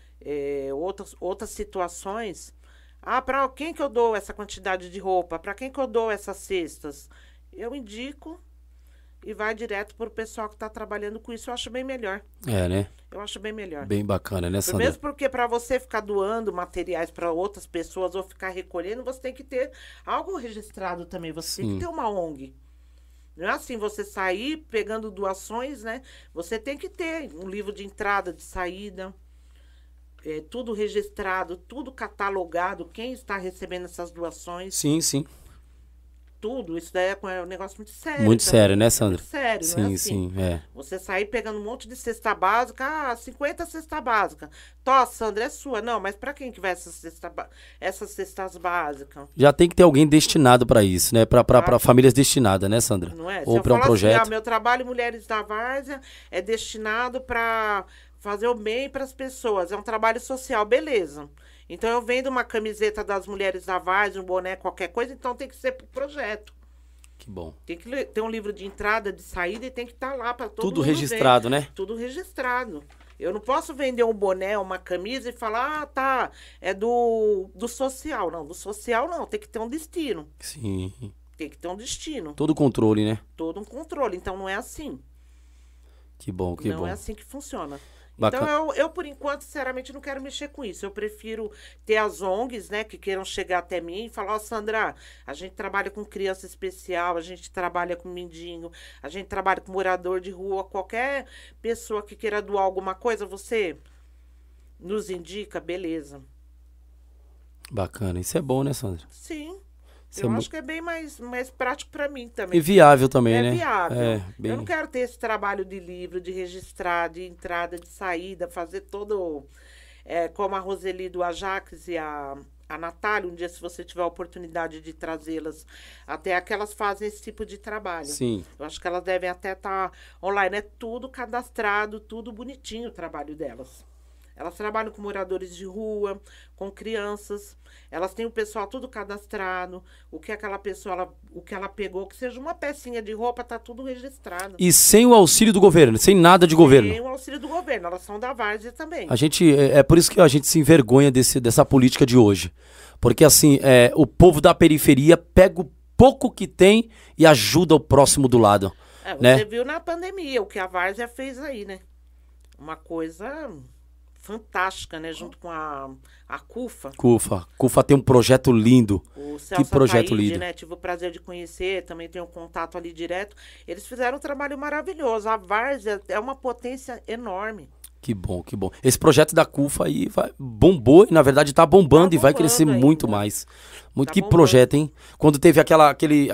outras situações, para quem que eu dou essa quantidade de roupa? Para quem que eu dou essas cestas? Eu indico e vai direto para o pessoal que está trabalhando com isso. Eu acho bem melhor. É, né? Eu acho bem melhor. Bem bacana, né, Sandra? Mesmo porque para você ficar doando materiais para outras pessoas ou ficar recolhendo, você tem que ter algo registrado também. Você tem que ter uma ONG. Não é assim, você sair pegando doações, né? Você tem que ter um livro de entrada, de saída, tudo registrado, tudo catalogado, quem está recebendo essas doações. Sim. Tudo, isso daí é um negócio muito sério. Muito também. sério, né, Sandra? Muito sério, não é assim. Sim, é. Você sair pegando um monte de cesta básica, 50 cesta básica. Tó, Sandra, é sua. Não, mas para quem que vai essas cestas básicas? Já tem que ter alguém destinado para isso, né? Para famílias destinadas, né, Sandra? Não é? Ou para um projeto. Assim, meu trabalho Mulheres da Várzea é destinado para fazer o bem para as pessoas. É um trabalho social, beleza. Então, eu vendo uma camiseta das Mulheres da Várzea, um boné, qualquer coisa, então tem que ser pro projeto. Que bom. Tem que ter um livro de entrada, de saída e tem que estar lá para todo mundo Tudo registrado, ver. né? Tudo registrado. Eu não posso vender um boné, uma camisa e falar, tá, é do social. Não, do social não, tem que ter um destino. Sim. Tem que ter um destino. Todo controle, né? Todo um controle. Então, não é assim. Que bom. Não é assim que funciona. Bacana. Então, eu, por enquanto, sinceramente, não quero mexer com isso. Eu prefiro ter as ONGs, né, que queiram chegar até mim e falar, Sandra, a gente trabalha com criança especial, a gente trabalha com mendigo, a gente trabalha com morador de rua, qualquer pessoa que queira doar alguma coisa, você nos indica, beleza. Bacana. Isso é bom, né, Sandra? Sim. Isso eu acho que é bem mais prático para mim também. E viável também, né? É viável. Bem... Eu não quero ter esse trabalho de livro, de registrar, de entrada, de saída, fazer todo... como a Roseli do Ajax e a Natália, um dia, se você tiver a oportunidade de trazê-las, até aquelas fazem esse tipo de trabalho. Sim. Eu acho que elas devem até estar online. É tudo cadastrado, tudo bonitinho o trabalho delas. Elas trabalham com moradores de rua, com crianças. Elas têm o pessoal tudo cadastrado. O que aquela pessoa, o que ela pegou, que seja uma pecinha de roupa, tá tudo registrado. E sem o auxílio do governo, sem nada de governo. Sem o auxílio do governo. Elas são da Várzea também. A gente, é por isso que a gente se envergonha dessa política de hoje. Porque assim, o povo da periferia pega o pouco que tem e ajuda o próximo do lado. Você viu na pandemia o que a Várzea fez aí, né? Uma coisa... fantástica, né? Junto com a CUFA. CUFA tem um projeto lindo. O Celso que projeto Ataíde, lindo. né? Tive o prazer de conhecer, também tenho um contato ali direto. Eles fizeram um trabalho maravilhoso. A Várzea é uma potência enorme. Que bom, que bom. Esse projeto da CUFA aí bombou e, na verdade, tá bombando e vai crescer ainda. muito mais. Muito Tá que bombando. projeto, hein? Quando teve aquele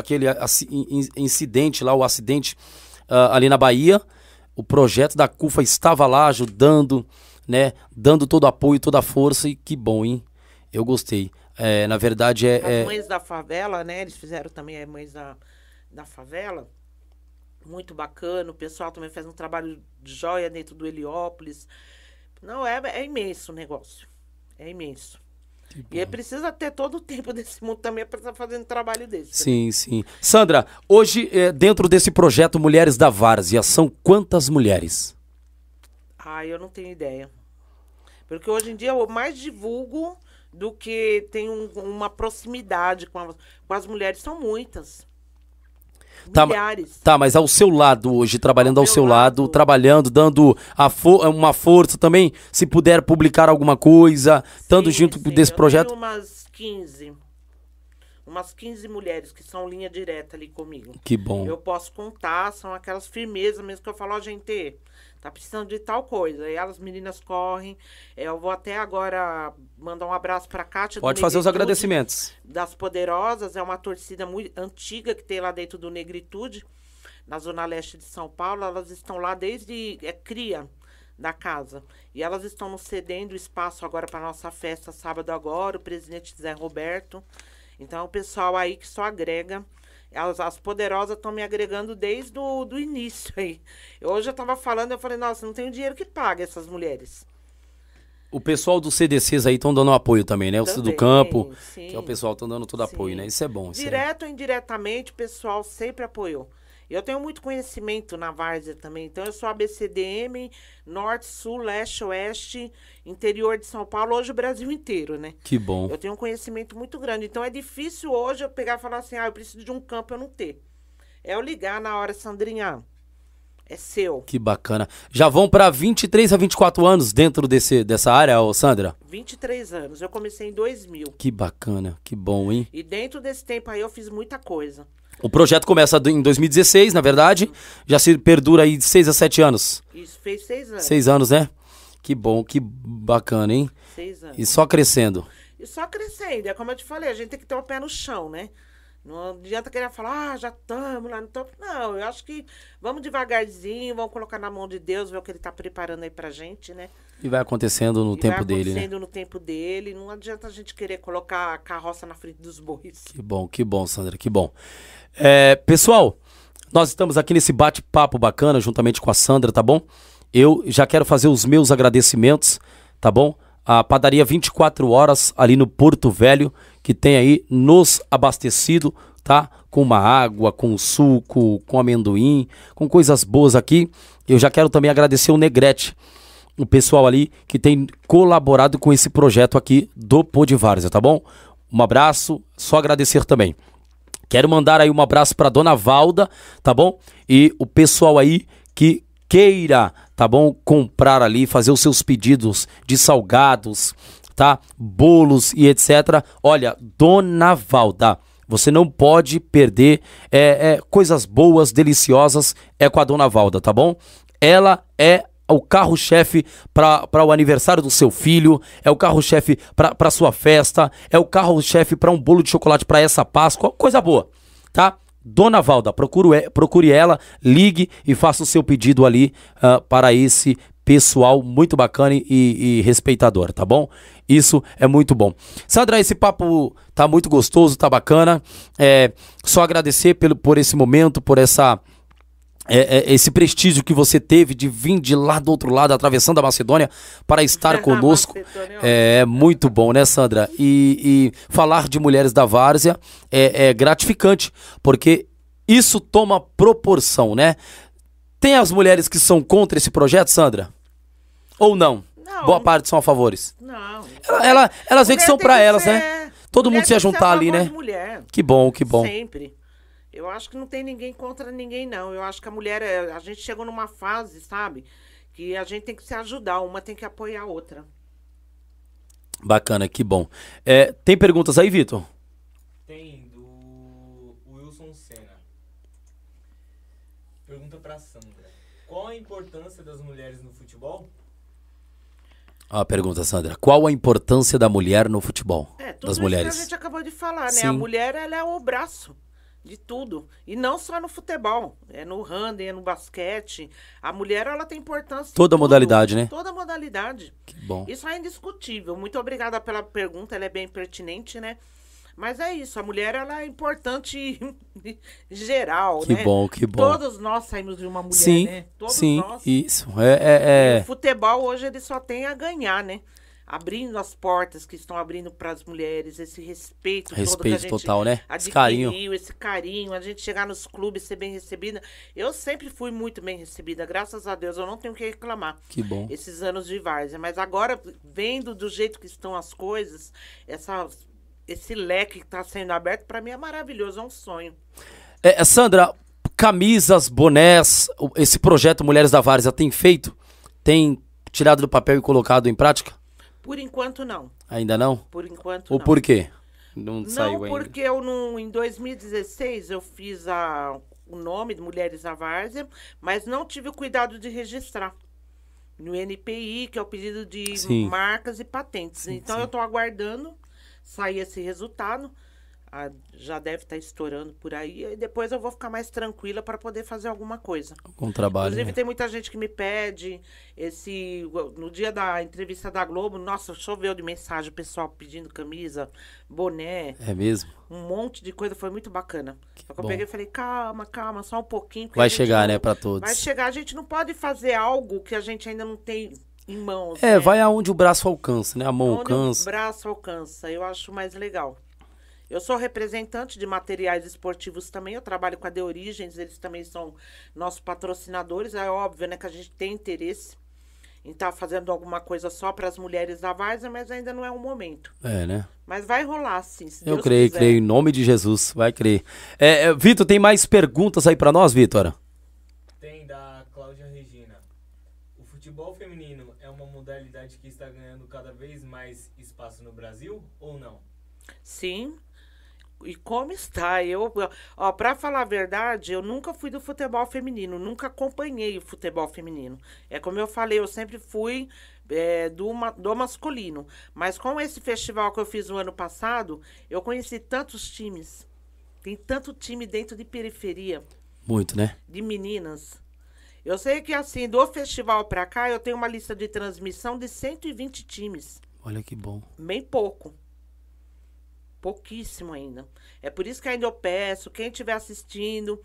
incidente lá, o acidente ali na Bahia, o projeto da CUFA estava lá ajudando, né? Dando todo o apoio, toda a força e que bom, hein? Eu gostei. Na verdade, As Mães da Favela, né? Eles fizeram também as Mães da Favela. Muito bacana. O pessoal também faz um trabalho de joia dentro do Heliópolis. Não, é imenso o negócio. É imenso. E precisa ter todo o tempo desse mundo também para estar fazendo um trabalho desse. Sim, né? sim. Sandra, hoje, dentro desse projeto Mulheres da Várzea, são quantas mulheres? Eu não tenho ideia. Porque hoje em dia eu mais divulgo do que tem uma proximidade com as mulheres. São muitas. Milhares. Tá, mas ao seu lado hoje, trabalhando ao meu seu lado, lado. trabalhando, dando uma força também, se puder publicar alguma coisa, estando junto desse eu projeto. tenho umas 15 mulheres que são linha direta ali comigo. Que bom. Eu posso contar, são aquelas firmezas mesmo que eu falo, gente, tá precisando de tal coisa. Aí as meninas correm. Eu vou até agora mandar um abraço pra Kátia. Pode fazer os agradecimentos. Das Poderosas, é uma torcida muito antiga que tem lá dentro do Negritude, na zona leste de São Paulo. Elas estão lá desde cria da casa. E elas estão nos cedendo espaço agora para nossa festa sábado agora, o presidente Zé Roberto. Então, o pessoal aí que só agrega. As poderosas estão me agregando desde do início aí. Hoje eu estava falando, eu falei, nossa, não tenho dinheiro que pague essas mulheres. O pessoal do CDCs aí estão dando apoio também, né? O Também, do campo, sim, que é o pessoal estão dando todo apoio, né? Isso é bom. Isso direto ou indiretamente, o pessoal sempre apoiou. Eu tenho muito conhecimento na várzea também, então eu sou ABCDM, Norte, Sul, Leste, Oeste, interior de São Paulo, hoje o Brasil inteiro, né? Que bom. Eu tenho um conhecimento muito grande, então é difícil hoje eu pegar e falar assim, eu preciso de um campo, eu não ter. É eu ligar na hora, Sandrinha, é seu. Que bacana. Já vão para 23 a 24 anos dentro dessa área, ô Sandra? 23 anos, eu comecei em 2000. Que bacana, que bom, hein? E dentro desse tempo aí eu fiz muita coisa. O projeto começa em 2016, na verdade, já se perdura aí de 6 a 7 anos. Isso, fez 6 anos. 6 anos, né? Que bom, que bacana, hein? 6 anos. E só crescendo. E só crescendo, é como eu te falei, a gente tem que ter o pé no chão, né? Não adianta querer falar, já estamos lá no topo. Não, eu acho que vamos devagarzinho, vamos colocar na mão de Deus, ver o que ele está preparando aí pra gente, né? E vai acontecendo no tempo dele, né? Vai acontecendo no tempo dele, não adianta a gente querer colocar a carroça na frente dos bois. Que bom, Sandra, que bom. Pessoal, nós estamos aqui nesse bate-papo bacana, juntamente com a Sandra, tá bom? Eu já quero fazer os meus agradecimentos, tá bom? A padaria 24 horas ali no Porto Velho, que tem aí nos abastecido, tá? Com uma água, com suco, com amendoim, com coisas boas aqui. Eu já quero também agradecer o Negrete, o pessoal ali que tem colaborado com esse projeto aqui do Pod Várzea, tá bom? Um abraço, só agradecer também. Quero mandar aí um abraço para Dona Valda, tá bom? E o pessoal aí que queira, tá bom? Comprar ali, fazer os seus pedidos de salgados, tá? Bolos e etc. Olha, Dona Valda, você não pode perder coisas boas, deliciosas, com a Dona Valda, tá bom? Ela é o carro-chefe para o aniversário do seu filho, é o carro-chefe para sua festa, é o carro-chefe para um bolo de chocolate para essa Páscoa, coisa boa, tá? Dona Valda, procure ela, ligue e faça o seu pedido ali para esse pessoal muito bacana e respeitador, tá bom? Isso é muito bom. Sandra, esse papo tá muito gostoso, tá bacana. Só agradecer por esse momento, por esse prestígio que você teve de vir de lá do outro lado, atravessando a Macedônia, para estar conosco. É muito bom, né, Sandra? E falar de Mulheres da Várzea é gratificante, porque isso toma proporção, né? Tem as mulheres que são contra esse projeto, Sandra? Ou não? Não. Boa parte são a favores. Não. Elas veem que são para elas, ser, né? Todo mundo se ia juntar ali, né? Mulher. Que bom, que bom. Sempre. Eu acho que não tem ninguém contra ninguém, não. Eu acho que a mulher, a gente chegou numa fase, sabe? Que a gente tem que se ajudar, uma tem que apoiar a outra. Bacana, que bom. Tem perguntas aí, Vitor? Tem, do Wilson Senna. Pergunta pra Sandra. Qual a importância das mulheres no futebol? A pergunta, Sandra. Qual a importância da mulher no futebol? Tudo das isso mulheres? que a gente acabou de falar, né? Sim. A mulher, ela é o braço de tudo. E não só no futebol. É no handball, é no basquete. A mulher, ela tem importância Toda em tudo. modalidade, né? Toda modalidade. Que bom. Isso é indiscutível. Muito obrigada pela pergunta, ela é bem pertinente, né? Mas é isso, a mulher, ela é importante em geral, Que né? bom, que bom. Todos nós saímos de uma mulher, Sim, né? Todos sim, nós. isso. E o futebol hoje ele só tem a ganhar, né? Abrindo as portas que estão abrindo para as mulheres, esse respeito todo que a Respeito gente total, né? Esse adquiriu, esse carinho, a gente chegar nos clubes, ser bem recebida. Eu sempre fui muito bem recebida, graças a Deus, eu não tenho o que reclamar. Que bom. Esses anos de várzea. Mas agora, vendo do jeito que estão as coisas, esse leque que está sendo aberto, para mim é maravilhoso, é um sonho. Sandra, camisas, bonés, esse projeto Mulheres da Várzea tem feito? Tem tirado do papel e colocado em prática? Por enquanto, não. Ainda não? Por enquanto, Ou não. por quê? Não saiu ainda. Porque em 2016 eu fiz o nome de Mulheres da Várzea, mas não tive o cuidado de registrar no NPI, que é o pedido de Sim. marcas e patentes. Então, eu estou aguardando sair esse resultado. Já deve estar estourando por aí. E depois eu vou ficar mais tranquila para poder fazer alguma coisa. Com trabalho, Inclusive, né? tem muita gente que me pede no dia da entrevista da Globo, nossa, choveu de mensagem, o pessoal pedindo camisa, boné, É mesmo? um monte de coisa, foi muito bacana. Só que eu bom. peguei e falei, calma, só um pouquinho. porque Vai a gente chegar, não- né, pra todos. Vai chegar, a gente não pode fazer algo que a gente ainda não tem em mãos. É, né? vai aonde o braço alcança, né? A mão Onde o alcança. braço alcança, eu acho mais legal. Eu sou representante de materiais esportivos também, eu trabalho com a De Origens, eles também são nossos patrocinadores. É óbvio, né, que a gente tem interesse em estar fazendo alguma coisa só para as mulheres da Várzea, mas ainda não é o momento. É, né? Mas vai rolar, sim, se Eu Deus creio, quiser. creio. Em nome de Jesus, vai crer. Vitor, tem mais perguntas aí pra nós, Vitor? Tem da Cláudia Regina. O futebol feminino é uma modalidade que está ganhando cada vez mais espaço no Brasil ou não? Sim. E como está? Para falar a verdade, eu nunca fui do futebol feminino, nunca acompanhei o futebol feminino. É como eu falei, eu sempre fui do masculino. Mas com esse festival que eu fiz no ano passado, eu conheci tantos times. Tem tanto time dentro de periferia, Muito, né? de meninas. Eu sei que, assim, do festival para cá, eu tenho uma lista de transmissão de 120 times. Olha que bom. Bem pouco. Pouquíssimo ainda. É por isso que ainda eu peço, quem estiver assistindo,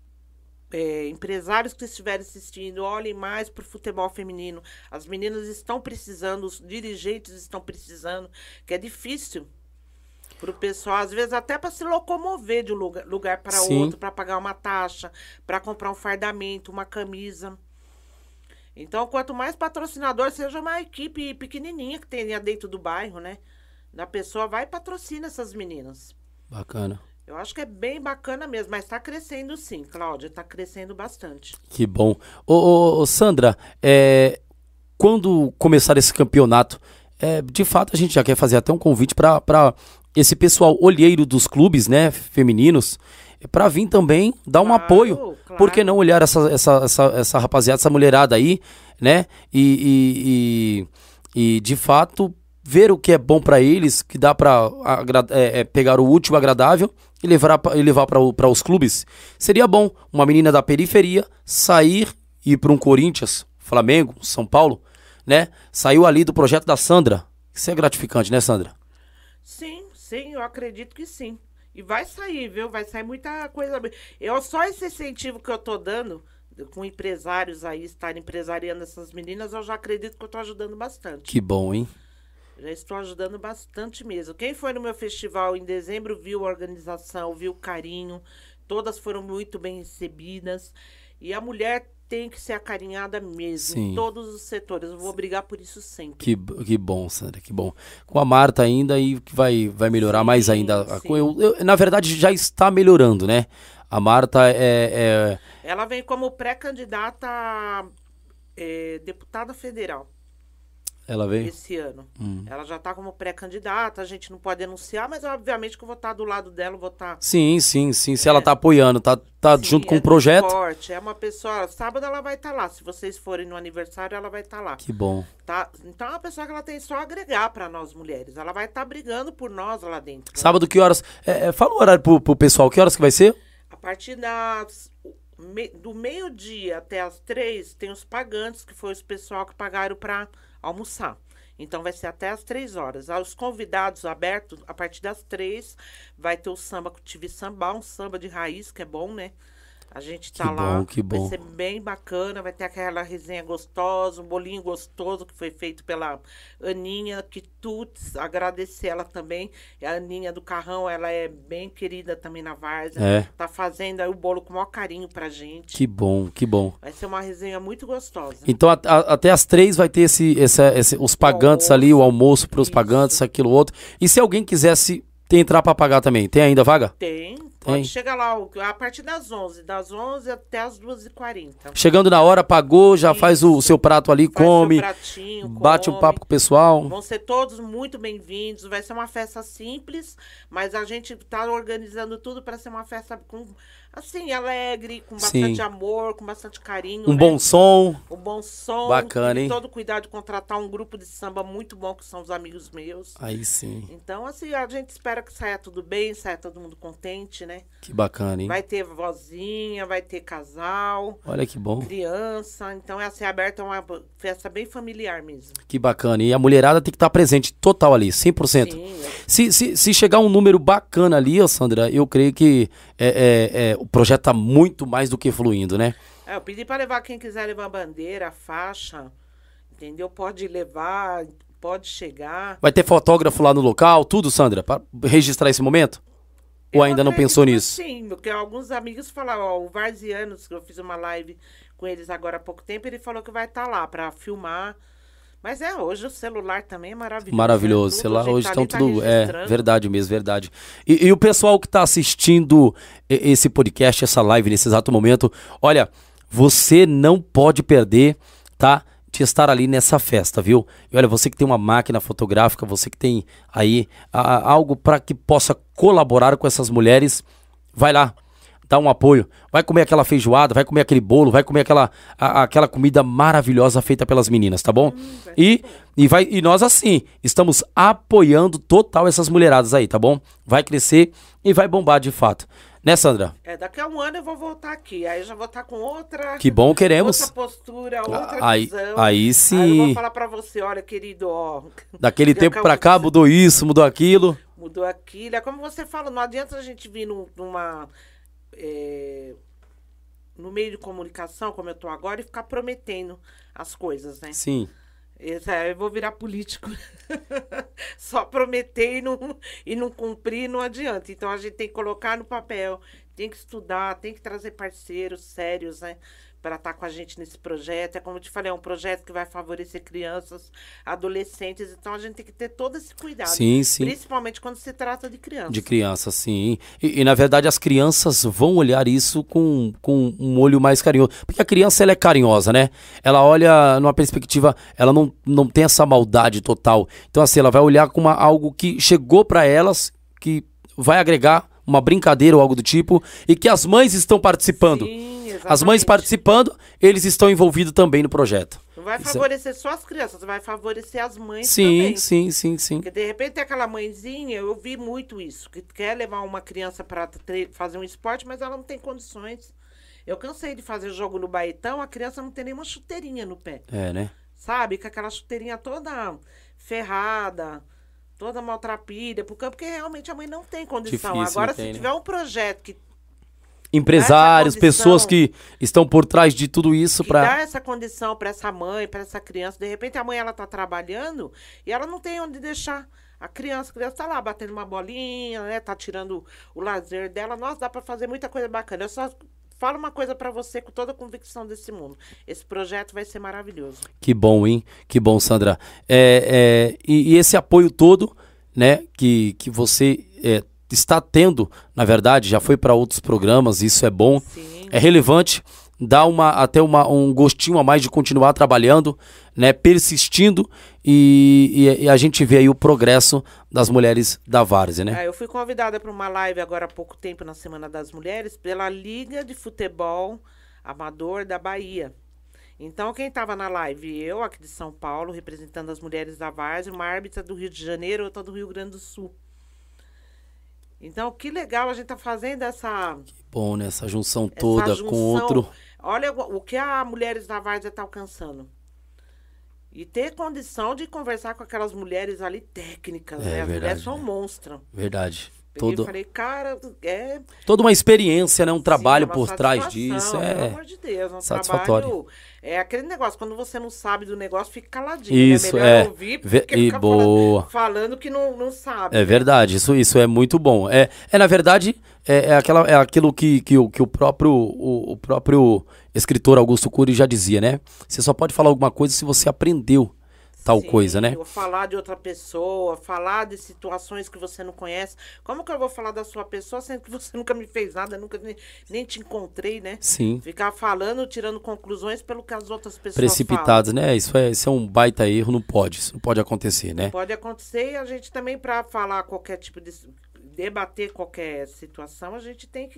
empresários que estiverem assistindo, olhem mais para o futebol feminino. As meninas estão precisando, os dirigentes estão precisando, que é difícil para o pessoal, às vezes até para se locomover de um lugar para Sim. outro, para pagar uma taxa, para comprar um fardamento, uma camisa. Então, quanto mais patrocinador, seja uma equipe pequenininha que tenha dentro do bairro, né? Da pessoa vai e patrocina essas meninas. Bacana. Eu acho que é bem bacana mesmo, mas está crescendo sim, Cláudia, está crescendo bastante. Que bom. Ô, Sandra, quando começar esse campeonato, de fato a gente já quer fazer até um convite para esse pessoal olheiro dos clubes, né, femininos, para vir também dar um Claro, apoio. claro. Por que não olhar essa rapaziada, essa mulherada aí, né? E de fato ver o que é bom para eles, que dá para pegar o útil, agradável e levar para os clubes. Seria bom uma menina da periferia sair e ir para um Corinthians, Flamengo, São Paulo, né? Saiu ali do projeto da Sandra. Isso é gratificante, né, Sandra? Sim, eu acredito que sim. E vai sair, viu? Vai sair muita coisa. Só esse incentivo que eu tô dando, com empresários aí, estarem empresariando essas meninas, eu já acredito que eu tô ajudando bastante. Que bom, hein? Já estou ajudando bastante mesmo. Quem foi no meu festival em dezembro viu a organização, viu o carinho. Todas foram muito bem recebidas. E a mulher tem que ser acarinhada mesmo, Sim. em todos os setores. Eu vou brigar por isso sempre. Que bom, Sandra, que bom. Com a Marta ainda e que vai melhorar Sim, mais ainda. sim. Na verdade, já está melhorando, né? A Marta Ela vem como pré-candidata a deputada federal. Ela veio? Esse ano. Ela já está como pré-candidata, a gente não pode anunciar, mas obviamente que eu vou estar do lado dela, vou estar... Sim. Se ela tá apoiando, tá Sim, junto com o do projeto. esporte, é uma pessoa... Sábado ela vai estar lá. Se vocês forem no aniversário, ela vai estar lá. Que bom. Tá? Então é uma pessoa que ela tem só a agregar para nós mulheres. Ela vai estar brigando por nós lá dentro. Né? Sábado, que horas? Fala o horário pro pessoal, que horas que vai ser? A partir do meio-dia até as 3, tem os pagantes, que foi os pessoal que pagaram para almoçar. Então, vai ser até as 3 horas. Os convidados abertos, a partir das 3, vai ter o samba, Tive Samba, um samba de raiz, que é bom, né? A gente tá lá, Que bom. vai ser bem bacana, vai ter aquela resenha gostosa, um bolinho gostoso que foi feito pela Aninha Quitutes, agradecer ela também. E a Aninha do Carrão, ela é bem querida também na Várzea, tá fazendo aí o bolo com o maior carinho pra gente. Que bom. Vai ser uma resenha muito gostosa. Então, até as 3 vai ter os pagantes ali, o almoço pros Isso. pagantes, aquilo outro. E se alguém quisesse entrar pra pagar também, tem ainda vaga? Tem. Pode chegar lá a partir das 11. Das 11 até as 2h40. Chegando na hora, pagou, já faz o seu prato ali, Faz come, seu pratinho, bate um come. papo com o pessoal. Vão ser todos muito bem-vindos. Vai ser uma festa simples, mas a gente está organizando tudo para ser uma festa com Assim, alegre, com Sim. bastante amor, com bastante carinho. Um né? bom som. Um bom som. Bacana, tive hein? todo cuidado de contratar um grupo de samba muito bom, que são os amigos meus. Aí sim. Então, assim, a gente espera que saia tudo bem, saia todo mundo contente, né? Que bacana, hein? Vai ter vozinha, vai ter casal, Olha que bom. criança. Então, essa é aberta, é uma festa bem familiar mesmo. Que bacana. E a mulherada tem que estar presente total ali, 100%. Sim, Se chegar um número bacana ali, ó, Sandra, eu creio que o projeto tá muito mais do que fluindo, né? eu pedi para levar quem quiser levar bandeira, faixa, entendeu? Pode levar, pode chegar. Vai ter fotógrafo lá no local, tudo, Sandra, para registrar esse momento? Ou Eu ainda não acredito pensou que nisso? Sim, porque alguns amigos falaram, ó, o Varzianos, que eu fiz uma live com eles agora há pouco tempo, ele falou que vai estar lá para filmar. Mas hoje o celular também é maravilhoso. Maravilhoso. Né? Sei lá, Tudo, a gente hoje tá estão ali, tá tudo. registrando. Verdade mesmo, verdade. E o pessoal que está assistindo esse podcast, essa live nesse exato momento, olha, você não pode perder, tá? De estar ali nessa festa, viu? E olha, você que tem uma máquina fotográfica, você que tem aí algo para que possa colaborar com essas mulheres, vai lá. Dá um apoio, vai comer aquela feijoada, vai comer aquele bolo, vai comer aquela comida maravilhosa feita pelas meninas, tá bom? E nós assim, estamos apoiando total essas mulheradas aí, tá bom? Vai crescer e vai bombar de fato. Né, Sandra? Daqui a um ano eu vou voltar aqui, aí eu já vou estar com outra... Que bom, queremos. Outra postura, outra visão. Aí sim. Aí eu vou falar pra você, olha, querido, ó... Daquele tempo pra cá, mudou isso, mudou aquilo. Mudou aquilo. É como você fala, não adianta a gente vir numa... no meio de comunicação, como eu tô agora, e ficar prometendo as coisas, né? Sim. Eu vou virar político. Só prometer e não cumprir não adianta. Então a gente tem que colocar no papel, tem que estudar, tem que trazer parceiros sérios, né? Para estar com a gente nesse projeto. É como eu te falei, é um projeto que vai favorecer crianças, adolescentes. Então a gente tem que ter todo esse cuidado. Sim, sim. Principalmente quando se trata de crianças. De criança, sim. E na verdade as crianças vão olhar isso com um olho mais carinhoso. Porque a criança, ela é carinhosa, né? Ela olha numa perspectiva, ela não tem essa maldade total. Então assim, ela vai olhar com algo que chegou para elas, que vai agregar uma brincadeira ou algo do tipo, e que as mães estão participando. Sim, exatamente. As mães participando, eles estão envolvidos também no projeto. Não vai favorecer só as crianças, vai favorecer as mães sim, também. Sim. Porque de repente tem aquela mãezinha, eu vi muito isso, que quer levar uma criança para fazer um esporte, mas ela não tem condições. Eu cansei de fazer jogo no Baetão, a criança não tem nenhuma chuteirinha no pé. Né? Sabe? Com aquela chuteirinha toda ferrada, toda maltrapilha, porque realmente a mãe não tem condição. Difícil, Agora, não tem, se né? tiver um projeto que Empresários, essa condição, pessoas que estão por trás de tudo isso que dá para essa condição para essa mãe, para essa criança, de repente a mãe ela tá trabalhando e ela não tem onde deixar a criança tá lá batendo uma bolinha, né? Tá tirando o lazer dela. Nossa, dá para fazer muita coisa bacana. Eu só falo uma coisa para você com toda a convicção desse mundo. Esse projeto vai ser maravilhoso. Que bom, hein? Que bom, Sandra. E esse apoio todo, né, que você está tendo, na verdade, já foi para outros programas, isso é bom, Sim. é relevante, dá até um gostinho a mais de continuar trabalhando, né, persistindo, e a gente vê aí o progresso das mulheres da Várzea, né? Eu fui convidada para uma live agora há pouco tempo, na Semana das Mulheres, pela Liga de Futebol Amador da Bahia. Então, quem estava na live? Eu, aqui de São Paulo, representando as mulheres da Várzea, uma árbitra do Rio de Janeiro, outra do Rio Grande do Sul. Então, que legal a gente tá fazendo essa... Que bom, né? Essa junção toda com outro... Olha o que a Mulheres da Várzea está alcançando. E ter condição de conversar com aquelas mulheres ali técnicas, né? As verdade, mulheres são monstras. Verdade. Eu falei, cara, toda uma experiência, né? Um trabalho uma por trás disso. Pelo amor de Deus, um satisfatório. Trabalho, aquele negócio, quando você não sabe do negócio, fica caladinho. Isso, né? Melhor ouvir, porque e fica boa. falando que não sabe. É verdade, isso é muito bom. Na verdade, aquilo que o próprio escritor Augusto Cury já dizia, né? Você só pode falar alguma coisa se você aprendeu tal coisa, né? Ou falar de outra pessoa, falar de situações que você não conhece. Como que eu vou falar da sua pessoa sendo que você nunca me fez nada, nunca nem te encontrei, né? Sim. Ficar falando, tirando conclusões pelo que as outras pessoas precipitadas, falam. né? Isso é um baita erro, não pode. Isso não pode acontecer, né? Pode acontecer, e a gente também, para falar qualquer tipo de... debater qualquer situação, a gente tem que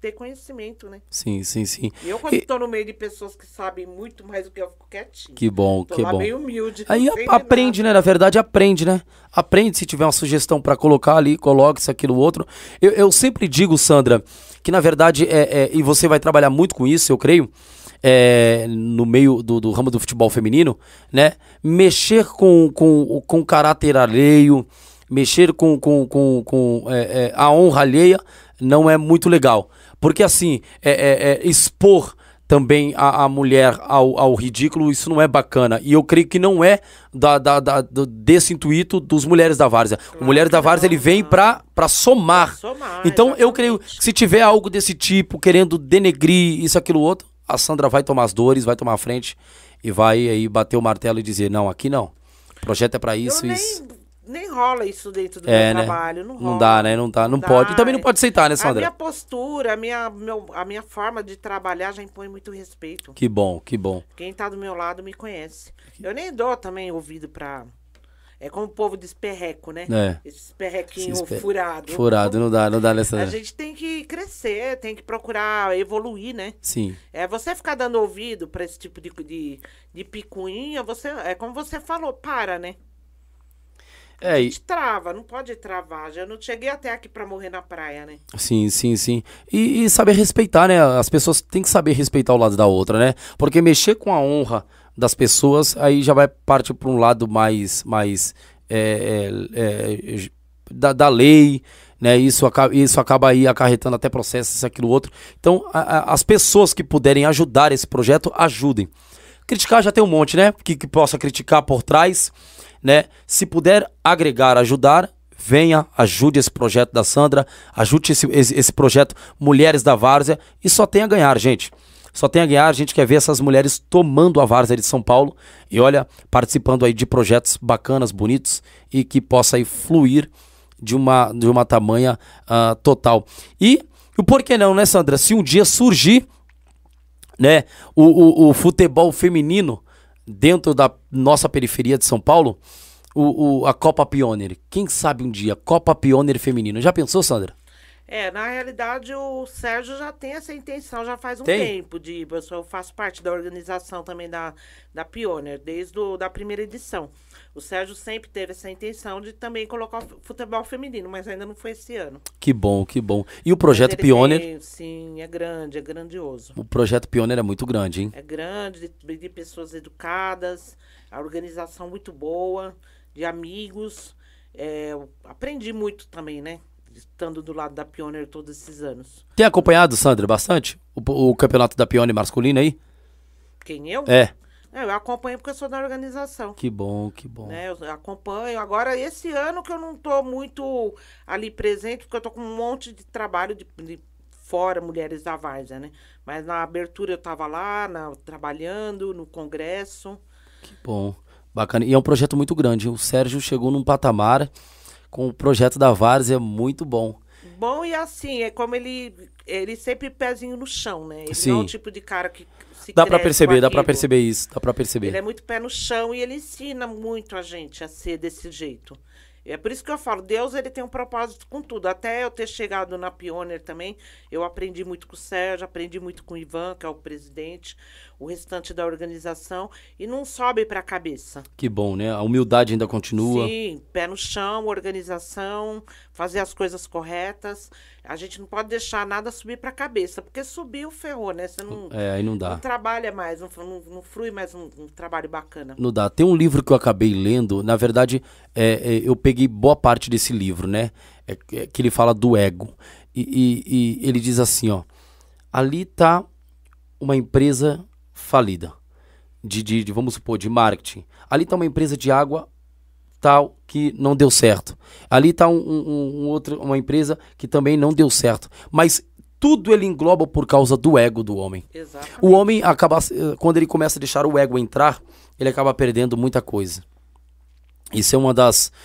ter conhecimento, né? Sim, sim, sim. E eu, quando estou no meio de pessoas que sabem muito mais do que eu, fico quietinho. Que bom, Tô que lá bom. meio humilde. Aí não sei de aprende, nada. né? Na verdade, aprende, né? Aprende, se tiver uma sugestão pra colocar ali, coloque isso, aquilo, outro. Eu sempre digo, Sandra, que na verdade, e você vai trabalhar muito com isso, eu creio, no meio do ramo do futebol feminino, né? Mexer com caráter alheio, mexer com a honra alheia não é muito legal. Porque assim, expor também a mulher ao ridículo, isso não é bacana. E eu creio que não é desse intuito dos Mulheres da Várzea. O Mulheres da Várzea, ele vem pra somar. Então, eu exatamente. creio que se tiver algo desse tipo, querendo denegrir isso, aquilo, outro, a Sandra vai tomar as dores, vai tomar a frente e vai aí bater o martelo e dizer, não, aqui não. O projeto é pra isso, isso. Nem rola isso dentro do É, meu né? trabalho. Não rola. Não dá, né? Não dá, não pode. E também não pode aceitar, né, A Sandra? minha postura, a minha forma de trabalhar já impõe muito respeito. Que bom, que bom. Quem tá do meu lado me conhece. Eu nem dou também ouvido pra... É como o povo diz perreco, né? É. Esses perrequinhos Esses furados. Furado, não dá nessa... A gente tem que crescer, tem que procurar evoluir, né? Sim. Você ficar dando ouvido pra esse tipo de picuinha, é como você falou, para, né? A gente trava, não pode travar. Já não cheguei até aqui pra morrer na praia, né? Sim, sim, sim. E saber respeitar, né? As pessoas têm que saber respeitar o lado da outra, né? Porque mexer com a honra das pessoas, aí já vai partir para um lado mais da lei, né? Isso acaba aí acarretando até processos, isso, aquilo, outro. Então, as pessoas que puderem ajudar esse projeto, ajudem. Criticar já tem um monte, né? Que possa criticar por trás, né? Se puder agregar, ajudar, venha, ajude esse projeto da Sandra, ajude esse projeto Mulheres da Várzea, e só tem a ganhar, gente. Só tem a ganhar, a gente quer ver essas mulheres tomando a Várzea de São Paulo e, olha, participando aí de projetos bacanas, bonitos, e que possa aí fluir de uma tamanha total. E o porquê não, né, Sandra? Se um dia surgir, né, o futebol feminino dentro da nossa periferia de São Paulo, a Copa Pioneer. Quem sabe um dia, Copa Pioneer feminino. Já pensou, Sandra? Na realidade, o Sérgio já tem essa intenção, já faz um Tem? tempo. Eu faço parte da organização também da Pioneer, desde da primeira edição. O Sérgio sempre teve essa intenção de também colocar o futebol feminino, mas ainda não foi esse ano. Que bom, que bom. E o projeto Mas ele Pioneer? sim, é grande, é grandioso. O projeto Pioneer é muito grande, hein? É grande, de pessoas educadas, a organização muito boa, de amigos. Eu aprendi muito também, né? Estando do lado da Pioneer todos esses anos. Tem acompanhado, Sandra, bastante? O campeonato da Pioneer masculino aí? Quem eu? Eu acompanho porque eu sou da organização. Que bom, que bom. Né? Eu acompanho. Agora, esse ano que eu não tô muito ali presente, porque eu tô com um monte de trabalho de fora, Mulheres da Várzea, né? Mas na abertura eu tava lá, trabalhando no congresso. Que bom, bacana. E é um projeto muito grande. O Sérgio chegou num patamar com o projeto da Várzea muito bom. Bom, e assim, é como ele sempre pezinho no chão, né? Ele Sim. não é o tipo de cara que se Dá pra cresce perceber, com dá pra aquilo. perceber isso, dá pra perceber. Ele é muito pé no chão e ele ensina muito a gente a ser desse jeito. É por isso que eu falo, Deus, ele tem um propósito com tudo. Até eu ter chegado na Pioneer também, eu aprendi muito com o Sérgio, aprendi muito com o Ivan, que é o presidente, o restante da organização, e não sobe para a cabeça. Que bom, né? A humildade ainda continua. Sim, pé no chão, organização, fazer as coisas corretas. A gente não pode deixar nada subir para a cabeça, porque subiu, ferrou, né? Você não, Aí não dá. não trabalha mais, não flui mais um trabalho bacana. Não dá. Tem um livro que eu acabei lendo, na verdade, eu peguei boa parte desse livro, né? Que ele fala do ego. E ele diz assim, ó. Ali tá uma empresa falida, vamos supor, de marketing. Ali tá uma empresa de água tal que não deu certo. Ali tá uma empresa que também não deu certo. Mas tudo ele engloba por causa do ego do homem. Exatamente. O homem acaba, quando ele começa a deixar o ego entrar, ele acaba perdendo muita coisa. Isso é uma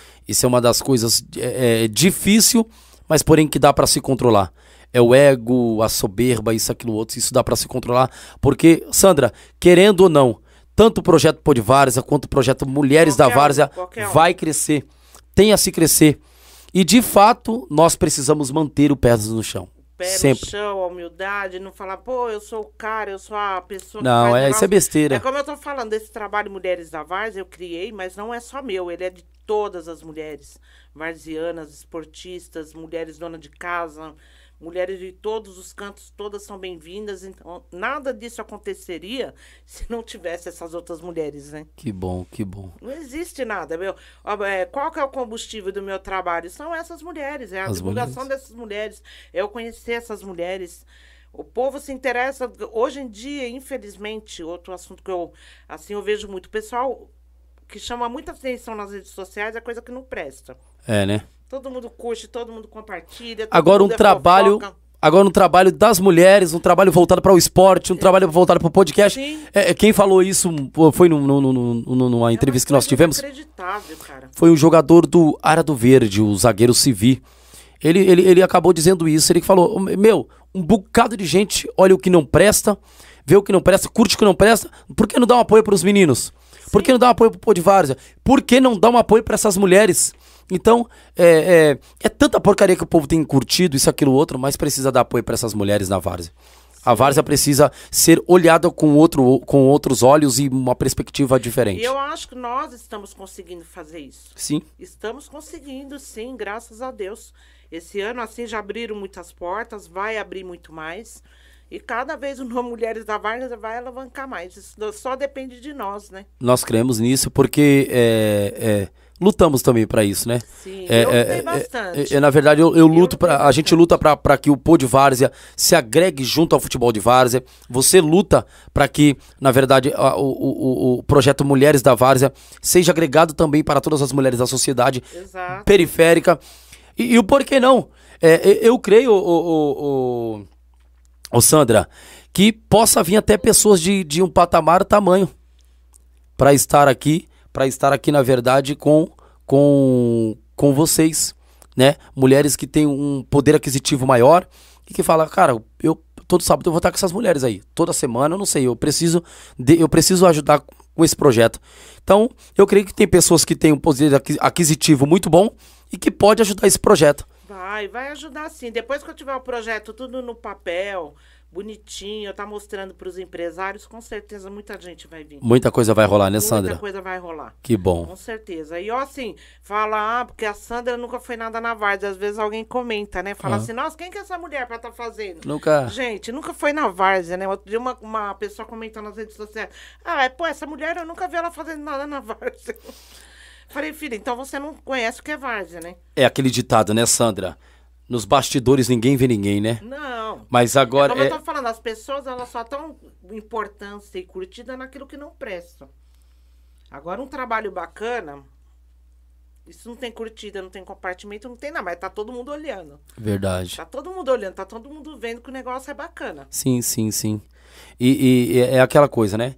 das coisas difícil, mas porém que dá para se controlar. É o ego, a soberba, isso, aquilo, outro, isso dá para se controlar. Porque, Sandra, querendo ou não, tanto o projeto Pô de Várzea quanto o projeto Mulheres da Várzea vai crescer, tem a se crescer. E, de fato, nós precisamos manter o pé no chão. Pé Sempre. no chão, a humildade, não falar, pô, eu sou o cara, eu sou a pessoa que Não, faz isso é negócio. besteira. É como eu tô falando, desse trabalho Mulheres da Várzea, eu criei, mas não é só meu, ele é de todas as mulheres varzianas, esportistas, mulheres donas de casa, mulheres de todos os cantos, todas são bem-vindas. Então, nada disso aconteceria se não tivesse essas outras mulheres, né? Que bom, que bom. Não existe nada, meu. Qual que é o combustível do meu trabalho? São essas mulheres, é a As divulgação dessas mulheres, é eu conhecer essas mulheres. O povo se interessa, hoje em dia, infelizmente, outro assunto que eu vejo muito, o pessoal que chama muita atenção nas redes sociais é coisa que não presta. É, né? Todo mundo curte, todo mundo compartilha. Todo Agora mundo um trabalho... fofoca. Agora um trabalho das mulheres, um trabalho voltado para o esporte, um trabalho voltado para o podcast. Sim. Quem falou isso foi numa entrevista que nós tivemos. Inacreditável, cara. Foi um jogador do Área do Verde, o zagueiro Civi. Ele acabou dizendo isso. Ele falou: meu, um bocado de gente olha o que não presta, vê o que não presta, curte o que não presta. Por que não dá um apoio para os meninos? Por que não dá um apoio para o Pô de Várzea? Por que não dá um apoio para essas mulheres? Então, é tanta porcaria que o povo tem curtido, isso, aquilo, outro, mas precisa dar apoio para essas mulheres na Várzea. A Várzea precisa ser olhada com outros olhos e uma perspectiva diferente. E eu acho que nós estamos conseguindo fazer isso. Sim. Estamos conseguindo, sim, graças a Deus. Esse ano, assim, já abriram muitas portas, vai abrir muito mais. E cada vez o nome Mulheres da Várzea vai alavancar mais. Isso só depende de nós, né? Nós cremos nisso porque lutamos também para isso, né? Sim, eu lutei bastante. Na verdade, eu luto a gente luta para que o Pô de Várzea se agregue junto ao futebol de Várzea. Você luta para que, na verdade, o projeto Mulheres da Várzea seja agregado também para todas as mulheres da sociedade Exato. periférica. E o porquê não? Eu creio, Sandra, que possa vir até pessoas de um patamar tamanho para estar aqui, na verdade, com vocês, né? Mulheres que têm um poder aquisitivo maior e que falam, cara, eu todo sábado eu vou estar com essas mulheres aí, toda semana, eu não sei, eu preciso ajudar com esse projeto. Então, eu creio que tem pessoas que têm um poder aquisitivo muito bom e que pode ajudar esse projeto. Vai ajudar sim. Depois que eu tiver o projeto tudo no papel, bonitinho, eu tá mostrando para os empresários, com certeza muita gente vai vir. Muita coisa vai rolar, né, Sandra? Muita coisa vai rolar. Que bom. Com certeza. E ó, assim, fala, porque a Sandra nunca foi nada na Várzea. Às vezes alguém comenta, né? Fala assim, nossa, quem que é essa mulher pra estar fazendo? Nunca. Gente, nunca foi na Várzea, né? Outro dia uma pessoa comentou nas redes sociais, essa mulher, eu nunca vi ela fazendo nada na Várzea. Falei, filha, então você não conhece o que é Várzea, né? É aquele ditado, né, Sandra? Nos bastidores ninguém vê ninguém, né? Não. Mas agora... Como eu tô falando, as pessoas, elas só estão importância e curtida naquilo que não presta. Agora, um trabalho bacana, isso não tem curtida, não tem compartimento, não tem nada, mas tá todo mundo olhando. Verdade. Tá todo mundo olhando, tá todo mundo vendo que o negócio é bacana. Sim. E é aquela coisa, né?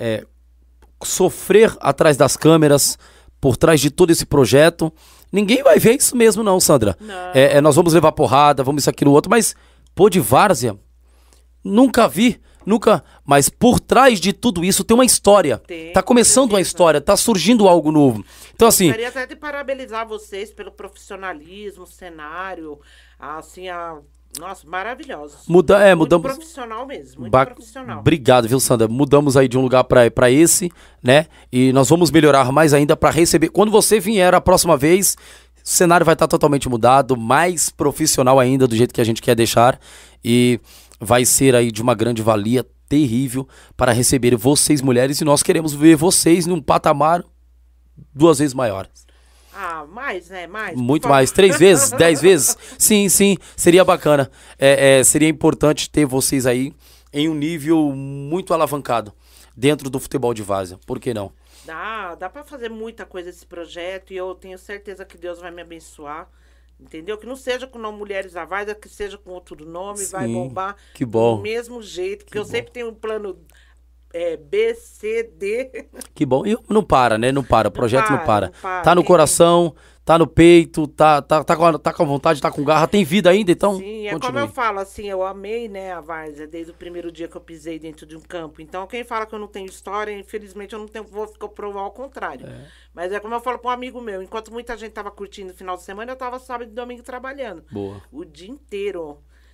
Sofrer atrás das câmeras, por trás de todo esse projeto, ninguém vai ver isso mesmo não, Sandra. Não. Nós vamos levar porrada, vamos isso, aquilo, outro, mas Pô de Várzea, nunca, mas por trás de tudo isso tem uma história. Tá começando uma história, tá surgindo algo novo. Então, assim... Gostaria até de parabenizar vocês pelo profissionalismo, cenário, assim, nossa, maravilhosos. Mudamos. Muito profissional mesmo, muito profissional. Obrigado, viu, Sandra? Mudamos aí de um lugar para esse, né? E nós vamos melhorar mais ainda para receber. Quando você vier a próxima vez, o cenário vai estar totalmente mudado, mais profissional ainda, do jeito que a gente quer deixar. E vai ser aí de uma grande valia terrível para receber vocês, mulheres. E nós queremos ver vocês num patamar 2 vezes maior. Mais, né? Mais. Muito mais. 3 vezes? 10 vezes? Sim. Seria bacana. Seria importante ter vocês aí em um nível muito alavancado dentro do futebol de Várzea. Por que não? Dá pra fazer muita coisa esse projeto e eu tenho certeza que Deus vai me abençoar. Entendeu? Que não seja com o nome Mulheres da Várzea, que seja com outro nome, Sim, vai bombar que bom. do mesmo jeito. Porque eu sempre tenho um plano B, C, D. Que bom. E não para, né? Não para. O projeto não para. Tá no Tem- coração, tá no peito, tá com vontade, tá com garra. Tem vida ainda, então Sim, como continue. eu falo, assim, eu amei, né, a Várzea desde o primeiro dia que eu pisei dentro de um campo. Então, quem fala que eu não tenho história, infelizmente, eu não tenho, vou provar ao contrário. Mas é como eu falo para um amigo meu, enquanto muita gente tava curtindo o final de semana, eu tava sábado e domingo trabalhando. Boa. O dia inteiro.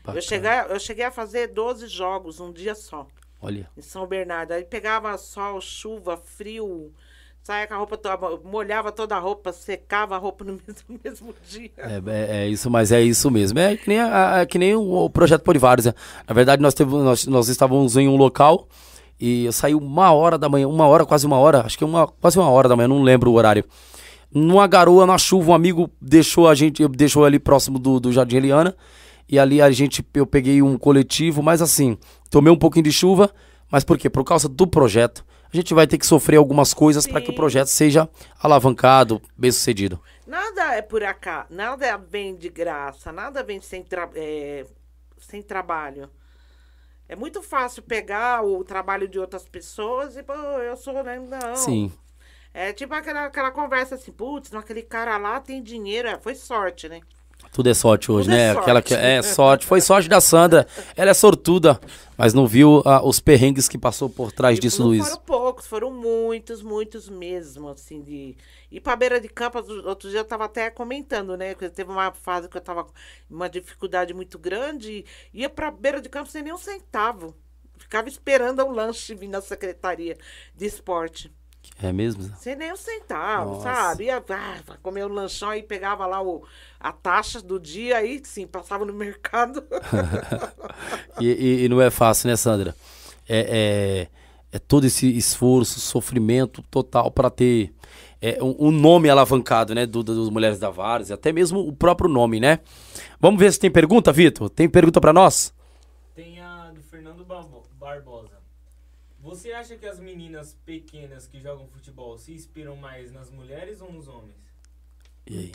Eu cheguei a fazer 12 jogos um dia só, Olha. em São Bernardo. Aí pegava sol, chuva, frio, saia com a roupa toda, molhava toda a roupa, secava a roupa no mesmo dia. É isso, mas é isso mesmo. É que nem o projeto Polivárzea. Na verdade, nós estávamos em um local e eu saí 1h da manhã, quase 1h, acho que quase 1h da manhã, não lembro o horário. Numa garoa, na chuva, um amigo deixou ali próximo do Jardim Eliana. E ali eu peguei um coletivo, mas assim, tomei um pouquinho de chuva, mas por quê? Por causa do projeto. A gente vai ter que sofrer algumas coisas para que o projeto seja alavancado, bem sucedido. Nada é por acaso, nada vem de graça, nada vem sem trabalho. É muito fácil pegar o trabalho de outras pessoas e, pô, eu sou, né? Não. Sim. É tipo aquela conversa assim, putz, aquele cara lá tem dinheiro, foi sorte, né? Tudo é sorte hoje, Tudo né? é sorte. Aquela que é sorte. Foi sorte da Sandra. Ela é sortuda, mas não viu os perrengues que passou por trás disso, não Luiz. foram poucos, foram muitos mesmo, assim, de ir pra beira de campo. Outro dia eu tava até comentando, né? Que teve uma fase que eu tava com uma dificuldade muito grande, e ia pra beira de campo sem nem um centavo. Ficava esperando o lanche vir na Secretaria de Esporte. É mesmo? Sem nem um centavo, Nossa. sabe? Ia comer um lanchão e pegava lá a taxa do dia, aí sim, passava no mercado. E não é fácil, né, Sandra? É todo esse esforço, sofrimento total para ter um nome alavancado, né, das Mulheres da Várzea, até mesmo o próprio nome, né? Vamos ver se tem pergunta, Vitor? Tem pergunta para nós? Tem a do Fernando Barbosa. Você acha que as meninas pequenas que jogam futebol se inspiram mais nas mulheres ou nos homens? E aí?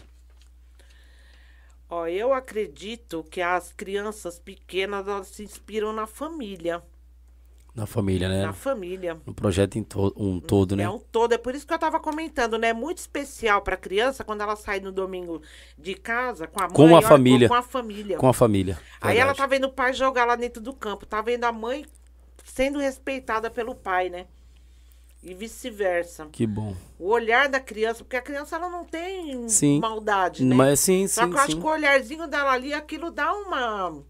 Ó, eu acredito que as crianças pequenas, elas se inspiram na família. Na família, né? Na família. No projeto todo, né? É um todo. É por isso que eu tava comentando, né? É muito especial pra criança quando ela sai no domingo de casa com a mãe. Com a família. Com a família. Com a família. Aí ela Verdade. tá vendo o pai jogar lá dentro do campo. Tá vendo a mãe sendo respeitada pelo pai, né? E vice-versa. Que bom. O olhar da criança, porque a criança ela não tem Sim. maldade, né? Mas sim, Só sim, que eu acho sim. que o olharzinho dela ali, aquilo dá uma...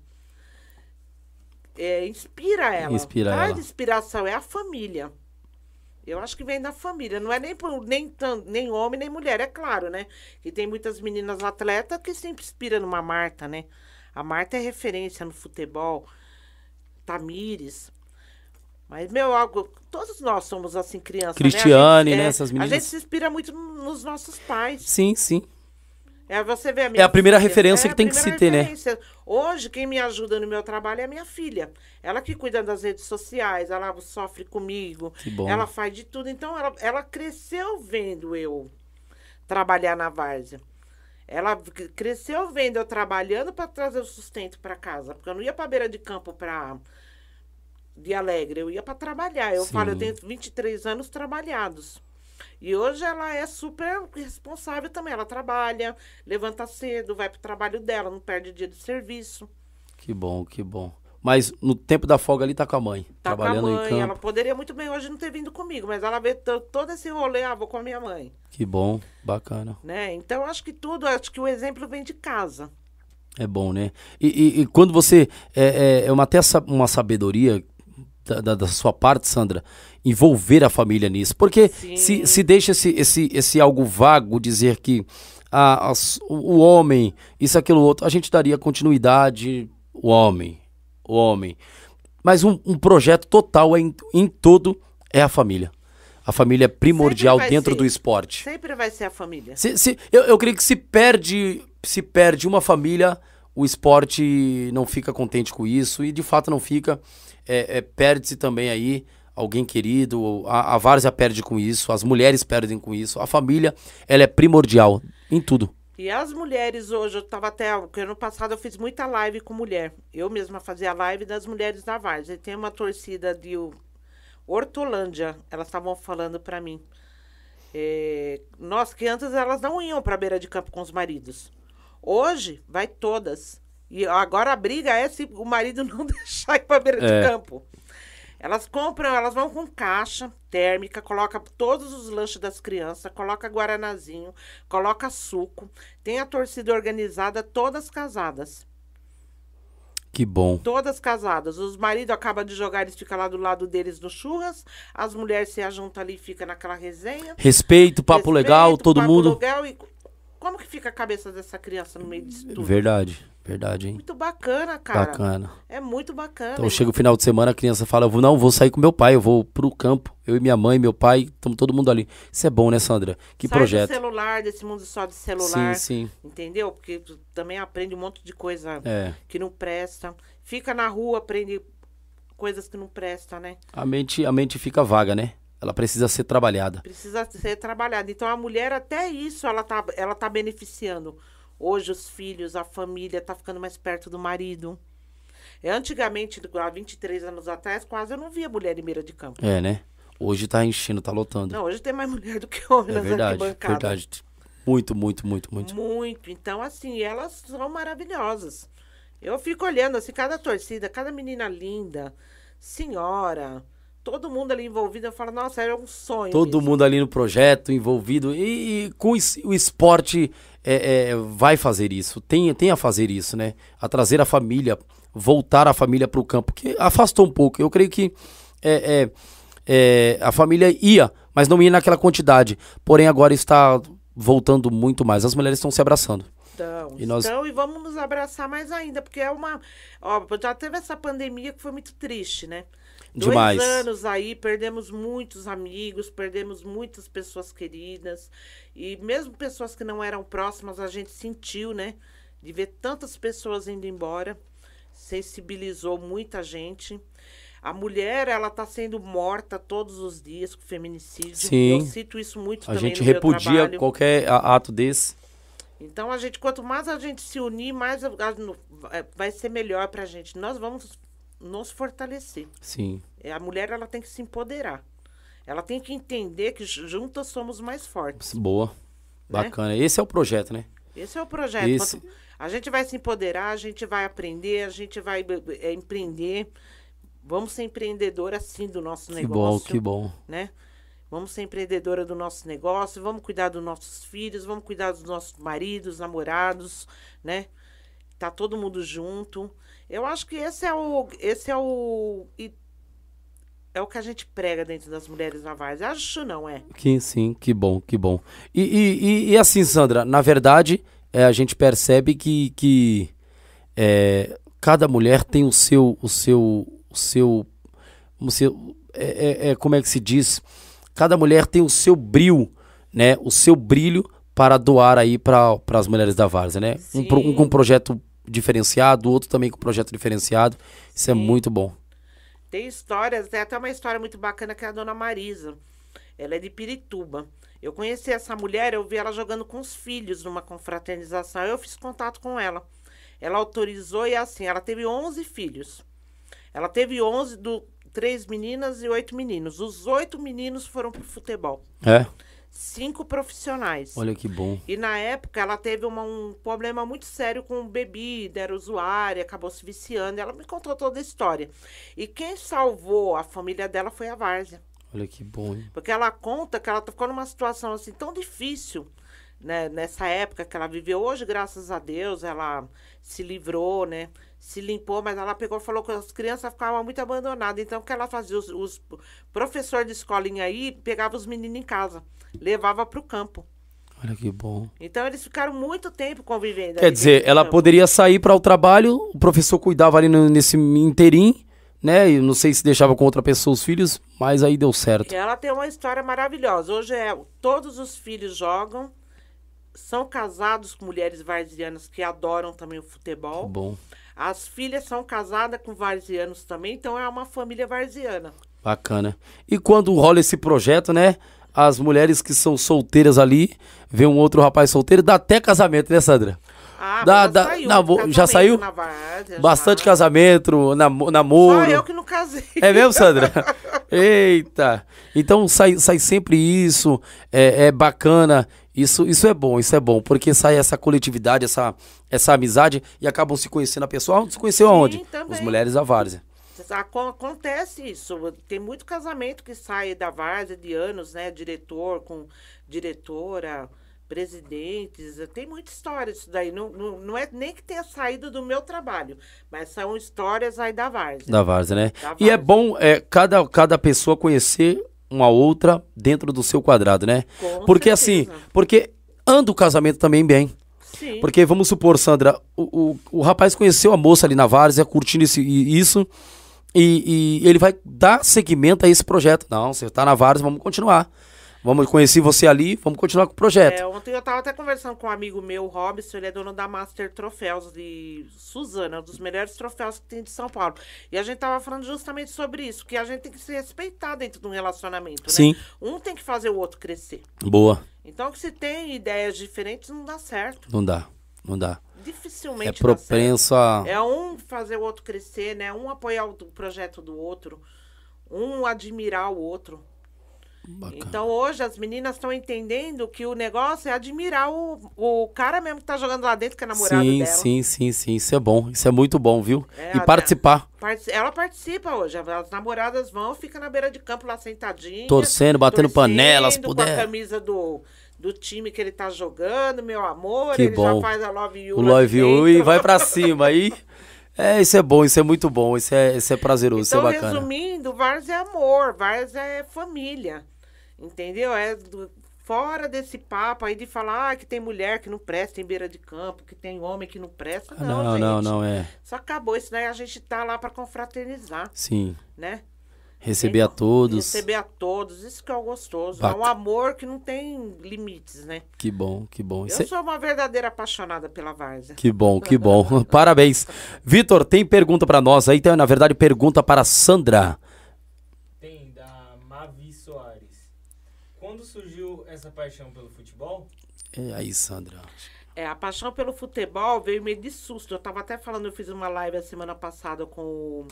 inspira ela. Inspira Traz ela. inspiração, é a família. Eu acho que vem da família. Não é nem homem, nem mulher, é claro, né? E tem muitas meninas atletas que se inspiram numa Marta, né? A Marta é referência no futebol. Tamires. Mas, todos nós somos assim, crianças, Cristiane, né? né? Essas A meninas. gente se inspira muito nos nossos pais. Sim, sim. Você vê É a primeira referência que tem que se ter, né? Hoje, quem me ajuda no meu trabalho é a minha filha. Ela que cuida das redes sociais, ela sofre comigo. Que bom. Ela faz de tudo. Então, ela cresceu vendo eu trabalhar na várzea. Ela cresceu vendo eu trabalhando para trazer o sustento para casa. Porque eu não ia para beira de campo de Alegre, eu ia para trabalhar. Eu Sim. falo, eu tenho 23 anos trabalhados. E hoje ela é super responsável também. Ela trabalha, levanta cedo, vai pro trabalho dela, não perde dia de serviço. Que bom, que bom. Mas no tempo da folga ali tá com a mãe, Tá trabalhando com a mãe. em campo. Ela poderia muito bem hoje não ter vindo comigo, mas ela vê todo esse rolê, vou com a minha mãe. Que bom, bacana. Né? Então, acho que o exemplo vem de casa. É bom, né? E quando você... até uma sabedoria da sua parte, Sandra, envolver a família nisso. Porque se deixa esse algo vago dizer que o homem, isso, aquilo, outro, a gente daria continuidade, o homem. Mas um projeto total em todo é a família. A família é primordial dentro do esporte. Sempre vai ser a família. Eu creio que se perde uma família, o esporte não fica contente com isso, e de fato não fica. Perde-se também aí alguém querido, a várzea perde com isso, as mulheres perdem com isso, a família, ela é primordial em tudo. E as mulheres hoje, eu tava porque ano passado eu fiz muita live com mulher. Eu mesma fazia live das mulheres da várzea. E tem uma torcida de Hortolândia, elas estavam falando pra mim. Nossa, que antes elas não iam pra beira de campo com os maridos. Hoje, vai todas. E agora a briga é se o marido não deixar ir pra beira de campo. Elas vão com caixa térmica, coloca todos os lanches das crianças, coloca guaranazinho, coloca suco. Tem a torcida organizada, todas casadas. Que bom. Todas casadas. Os maridos acabam de jogar, eles ficam lá do lado deles no churras. As mulheres se ajuntam ali e ficam naquela resenha. Respeito, papo legal, todo papo mundo. legal. E como que fica a cabeça dessa criança no meio disso tudo? Verdade, hein? Muito bacana, cara. Bacana. É muito bacana. Então chega o final de semana, a criança fala, não, vou sair com meu pai, eu vou pro campo. Eu e minha mãe, meu pai, estamos todo mundo ali. Isso é bom, né, Sandra? Que Sai projeto. do celular, desse mundo só de celular. Sim. Entendeu? Porque tu também aprende um monte de coisa que não presta. Fica na rua, aprende coisas que não prestam, né? A mente fica vaga, né? Ela precisa ser trabalhada. Precisa ser trabalhada. Então a mulher, até isso, ela tá beneficiando. Hoje os filhos, a família tá ficando mais perto do marido. Antigamente, há 23 anos atrás, quase eu não via mulher em beira de campo. É, né? Hoje tá enchendo, tá lotando. Não, hoje tem mais mulher do que homem nas arquibancadas. Verdade. Muito. Muito. Então, assim, elas são maravilhosas. Eu fico olhando, assim, cada torcida, cada menina linda, senhora, todo mundo ali envolvido, eu falo, nossa, era um sonho. Todo mundo ali no projeto, envolvido. E com o esporte vai fazer isso, tem a fazer isso, né? A trazer a família, voltar a família para o campo, que afastou um pouco. Eu creio que a família ia, mas não ia naquela quantidade. Porém, agora está voltando muito mais. As mulheres estão se abraçando. E vamos nos abraçar mais ainda, porque já teve essa pandemia que foi muito triste, né? Demais. 2 anos aí, perdemos muitos amigos, perdemos muitas pessoas queridas, e mesmo pessoas que não eram próximas, a gente sentiu, né? De ver tantas pessoas indo embora, sensibilizou muita gente. A mulher, ela tá sendo morta todos os dias com feminicídio. Sim. Eu cito isso muito também no meu trabalho. A gente repudia qualquer ato desse. Então, quanto mais a gente se unir, mais vai ser melhor pra gente. Nós vamos nos fortalecer. Sim. A mulher, ela tem que se empoderar. Ela tem que entender que juntas somos mais fortes. Boa. Né? Bacana. Esse é o projeto, né? Esse é o projeto. A gente vai se empoderar, a gente vai aprender, a gente vai empreender. Vamos ser empreendedora, sim, do nosso negócio. Que bom. Né? Vamos ser empreendedora do nosso negócio, vamos cuidar dos nossos filhos, vamos cuidar dos nossos maridos, namorados, né? Tá todo mundo junto. Eu acho que esse é o que a gente prega dentro das Mulheres na Várzea. Acho não, Sim, que bom. E assim, Sandra, na verdade, a gente percebe que cada mulher tem o seu como é que se diz? Cada mulher tem o seu brilho, né? O seu brilho para doar aí para as Mulheres da Várzea, né? Um com um projeto diferenciado, outro também com projeto diferenciado. Isso é muito bom. Tem histórias, tem até uma história muito bacana que é a dona Marisa. Ela é de Pirituba. Eu conheci essa mulher, eu vi ela jogando com os filhos numa confraternização. Eu fiz contato com ela. Ela autorizou e assim, ela teve 11 filhos. Ela teve 3 meninas e 8 meninos. Os 8 meninos foram pro futebol. 5 profissionais. Olha que bom. E na época ela teve um problema muito sério com bebida, era usuária, acabou se viciando. Ela me contou toda a história. E quem salvou a família dela foi a Várzea. Olha que bom, hein? Porque ela conta que ela ficou numa situação assim tão difícil, né, nessa época que ela viveu. Hoje, graças a Deus, ela se livrou, né? Se limpou, mas ela pegou e falou que as crianças ficavam muito abandonadas. Então, o que ela fazia? Os professores de escolinha aí pegavam os meninos em casa, levava para o campo. Olha que bom. Então, eles ficaram muito tempo convivendo. Quer dizer, ela poderia sair para o trabalho, o professor cuidava ali nesse inteirinho, né? Eu não sei se deixava com outra pessoa os filhos, mas aí deu certo. Ela tem uma história maravilhosa. Hoje todos os filhos jogam, são casados com mulheres varzianas que adoram também o futebol. Bom. As filhas são casadas com varzianos também, então é uma família varziana. Bacana. E quando rola esse projeto, né? As mulheres que são solteiras ali, vê um outro rapaz solteiro, dá até casamento, né, Sandra? Já saiu? Na Várzea, bastante casamento, namoro. Só eu que não casei. É mesmo, Sandra? Eita! Então sai sempre isso, é bacana. Isso é bom, porque sai essa coletividade, essa amizade e acabam se conhecendo a pessoa. Se conheceu aonde? Também. As Mulheres da Várzea. Acontece isso. Tem muito casamento que sai da Várzea de anos, né? Diretor com diretora, presidentes, tem muita história isso daí. Não é nem que tenha saído do meu trabalho, mas são histórias aí da Várzea. Da Várzea, né? Da E é Várzea. bom cada pessoa conhecer uma outra dentro do seu quadrado, né? Com Porque certeza. assim, porque anda o casamento também bem. Sim. Porque vamos supor, Sandra, o rapaz conheceu a moça ali na Várzea, curtindo isso, e ele vai dar seguimento a esse projeto. Não, você tá na Várzea, vamos continuar. Vamos conhecer você ali, vamos continuar com o projeto. Ontem eu tava até conversando com um amigo meu, o Robson, ele é dono da Master Troféus de Suzana, um dos melhores troféus que tem de São Paulo. E a gente tava falando justamente sobre isso, que a gente tem que se respeitar dentro de um relacionamento, né? Sim. Um tem que fazer o outro crescer. Boa. Então, que se tem ideias diferentes, não dá certo. Não dá. Dificilmente É dá propenso a... certo. É um fazer o outro crescer, né? Um apoiar o projeto do outro, um admirar o outro. Bacana. Então, hoje, as meninas estão entendendo que o negócio é admirar o cara mesmo que tá jogando lá dentro, que é namorado dela. Sim. Isso é bom. Isso é muito bom, viu? É, E participar. Ela participa hoje. As namoradas vão, fica na beira de campo lá sentadinha. Torcendo, batendo panela, se com a puder. camisa do time que ele tá jogando, meu amor. Que ele bom. já faz a Love You. O lá Love de You e dentro. vai pra cima. Aí, isso é bom, isso é muito bom. Isso é prazeroso, Então, isso é bacana. resumindo, Várzea é amor, Várzea é família. Entendeu? Fora desse papo aí de falar que tem mulher que não presta em beira de campo, que tem homem que não presta. Não, gente. Não, é. Isso acabou. Isso daí a gente tá lá pra confraternizar, Sim. né? Receber a todos. Receber a todos. Isso que é o gostoso. É Bacana. um amor que não tem limites, né? Que bom. Eu sou uma verdadeira apaixonada pela Várzea. Que bom. Parabéns. Vitor, tem pergunta pra nós aí? Tem, na verdade, pergunta para a Sandra. Tem, da Mavi Soares. Quando surgiu essa paixão pelo futebol? E aí, Sandra? A paixão pelo futebol veio meio de susto. Eu tava até falando, eu fiz uma live a semana passada com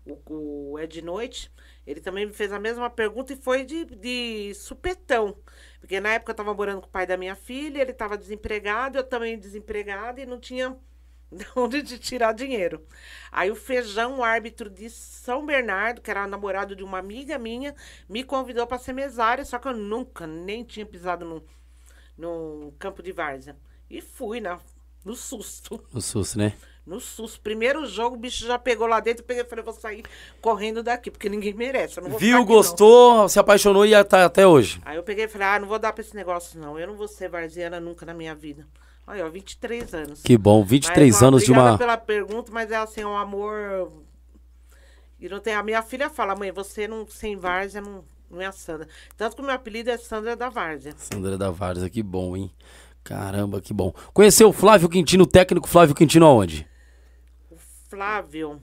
o Ed Noite. Ele também me fez a mesma pergunta e foi de supetão. Porque na época eu tava morando com o pai da minha filha, ele tava desempregado, eu também desempregada e não tinha de onde de tirar dinheiro. Aí o Feijão, o árbitro de São Bernardo, que era namorado de uma amiga minha, me convidou para ser mesária, só que eu nunca nem tinha pisado no campo de várzea. E fui no susto. No susto, né? No susto. Primeiro jogo, o bicho já pegou lá dentro. Eu peguei e falei, vou sair correndo daqui, porque ninguém merece. Eu não vou ficar Viu, aqui, gostou, se apaixonou e tá até hoje. não. Aí eu peguei e falei, não vou dar pra esse negócio, não. Eu não vou ser varziana nunca na minha vida. Olha, 23 anos. Que bom, 23 Mas, anos de obrigada uma... pela pergunta, mas é assim, um amor... E não tem... A minha filha fala, mãe, você não, sem várzea não é a Sandra. Tanto que o meu apelido é Sandra da Várzea. Sandra da Várzea, que bom, hein? Caramba, que bom. Conheceu o Flávio Quintino, o técnico Flávio Quintino aonde? Flávio...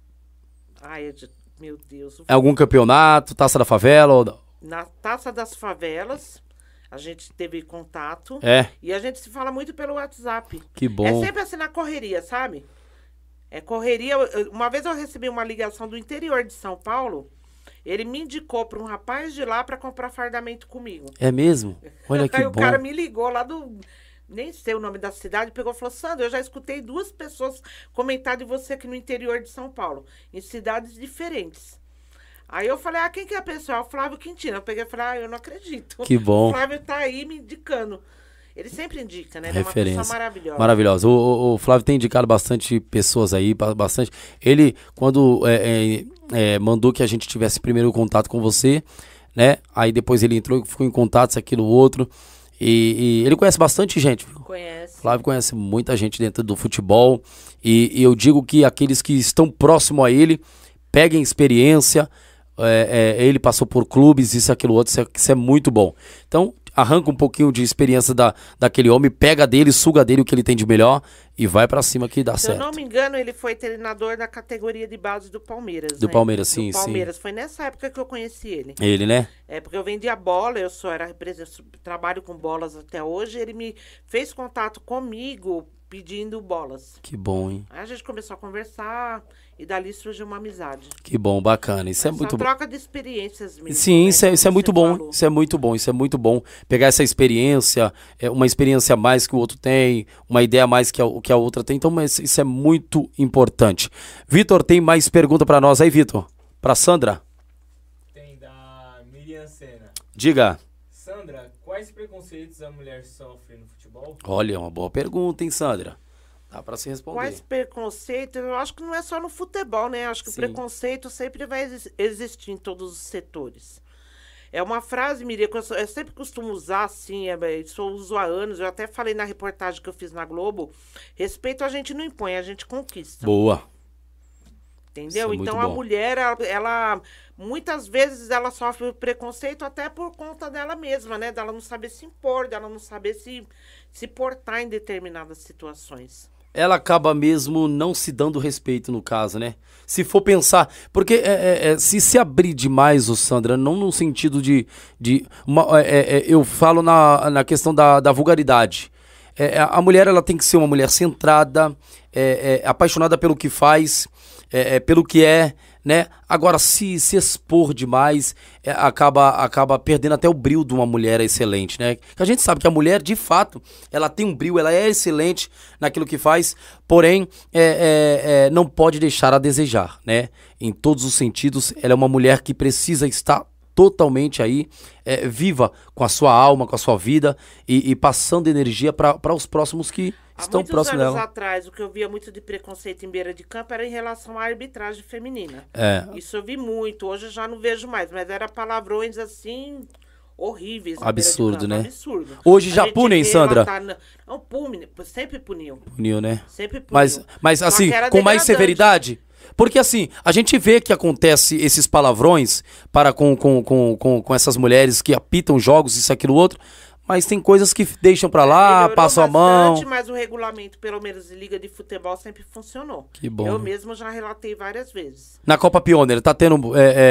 Ai, meu Deus. É algum campeonato, Taça da Favela? Ou... Na Taça das Favelas, a gente teve contato. É, E a gente se fala muito pelo WhatsApp. que bom. É sempre assim na correria, sabe? É correria. Uma vez eu recebi uma ligação do interior de São Paulo. Ele me indicou para um rapaz de lá para comprar fardamento comigo. É mesmo? Olha que Aí o bom. cara me ligou lá do... Nem sei o nome da cidade. Pegou e falou, Sandra, eu já escutei 2 pessoas comentar de você aqui no interior de São Paulo. Em cidades diferentes. Aí eu falei, quem que é a pessoa? É o Flávio Quintino. Eu peguei e falei, eu não acredito. Que bom. O Flávio tá aí me indicando. Ele sempre indica, né? Ele é uma Referência. pessoa maravilhosa. Maravilhosa. O Flávio tem indicado bastante pessoas aí, bastante. Ele, quando mandou que a gente tivesse primeiro contato com você, né? Aí depois ele entrou, ficou em contato, isso, aquilo, outro. E ele conhece bastante gente, viu? Conhece. Flávio conhece muita gente dentro do futebol. E eu digo que aqueles que estão próximo a ele, peguem experiência. Ele passou por clubes, isso, aquilo, outro. Isso é muito bom. Então, arranca um pouquinho de experiência daquele homem, pega dele, suga dele o que ele tem de melhor e vai pra cima que dá Se certo. eu não me engano, ele foi treinador da categoria de base do Palmeiras. Do né? Palmeiras, sim, do Palmeiras. Foi nessa época que eu conheci ele. Ele, né? Porque eu vendia bola, trabalho com bolas até hoje. Ele me fez contato comigo pedindo bolas. Que bom, hein? Aí a gente começou a conversar e dali surgiu uma amizade. Que bom, bacana. Isso é muito bom. troca de experiências mesmo. Sim, né? isso é Como muito você bom. falou. Isso é muito bom, isso é muito bom. Pegar essa experiência, uma experiência a mais que o outro tem, uma ideia a mais que a outra tem. Então, mas isso é muito importante. Vitor, tem mais pergunta pra nós aí, Vitor? Pra Sandra? Tem, da Miriam Sena. Diga. Sandra, quais quais preconceitos a mulher sofre no futebol? Olha, é uma boa pergunta, hein, Sandra? Dá pra se responder. Quais preconceitos? Eu acho que não é só no futebol, né? Eu acho que Sim. o preconceito sempre vai existir em todos os setores. É uma frase, Miriam, que eu sempre costumo usar, assim, isso eu uso há anos, eu até falei na reportagem que eu fiz na Globo, respeito a gente não impõe, a gente conquista. Boa. Entendeu? Isso é muito Então a bom. mulher, ela muitas vezes ela sofre preconceito até por conta dela mesma, né? Dela não saber se impor, dela não saber se portar em determinadas situações. Ela acaba mesmo não se dando respeito, no caso, né? Se for pensar, porque se abrir demais, ô Sandra, não no sentido eu falo na questão da vulgaridade. A mulher, ela tem que ser uma mulher centrada, apaixonada pelo que faz, pelo que é, né? Agora, se expor demais, acaba perdendo até o brilho de uma mulher excelente, né? A gente sabe que a mulher, de fato, ela tem um brilho, ela é excelente naquilo que faz, porém, não pode deixar a desejar, né? Em todos os sentidos, ela é uma mulher que precisa estar totalmente aí, viva com a sua alma, com a sua vida e passando energia para os próximos que estão próximos dela. Há muitos anos atrás, o que eu via muito de preconceito em beira de campo era em relação à arbitragem feminina. Isso eu vi muito, hoje eu já não vejo mais, mas era palavrões assim horríveis. Absurdo, né? Absurdo. Hoje já punem, Sandra? Não, pune, sempre puniu. Puniu, né? Sempre puniu. Mas assim, com mais degradante. severidade? Porque assim, a gente vê que acontece esses palavrões para com essas mulheres que apitam jogos, isso, aquilo, outro, mas tem coisas que deixam pra lá, Melhorou passam a mão. bastante, mas o regulamento, pelo menos de liga de futebol, sempre funcionou. Que bom. Eu mesmo já relatei várias vezes. Na Copa Pioneer, tá tendo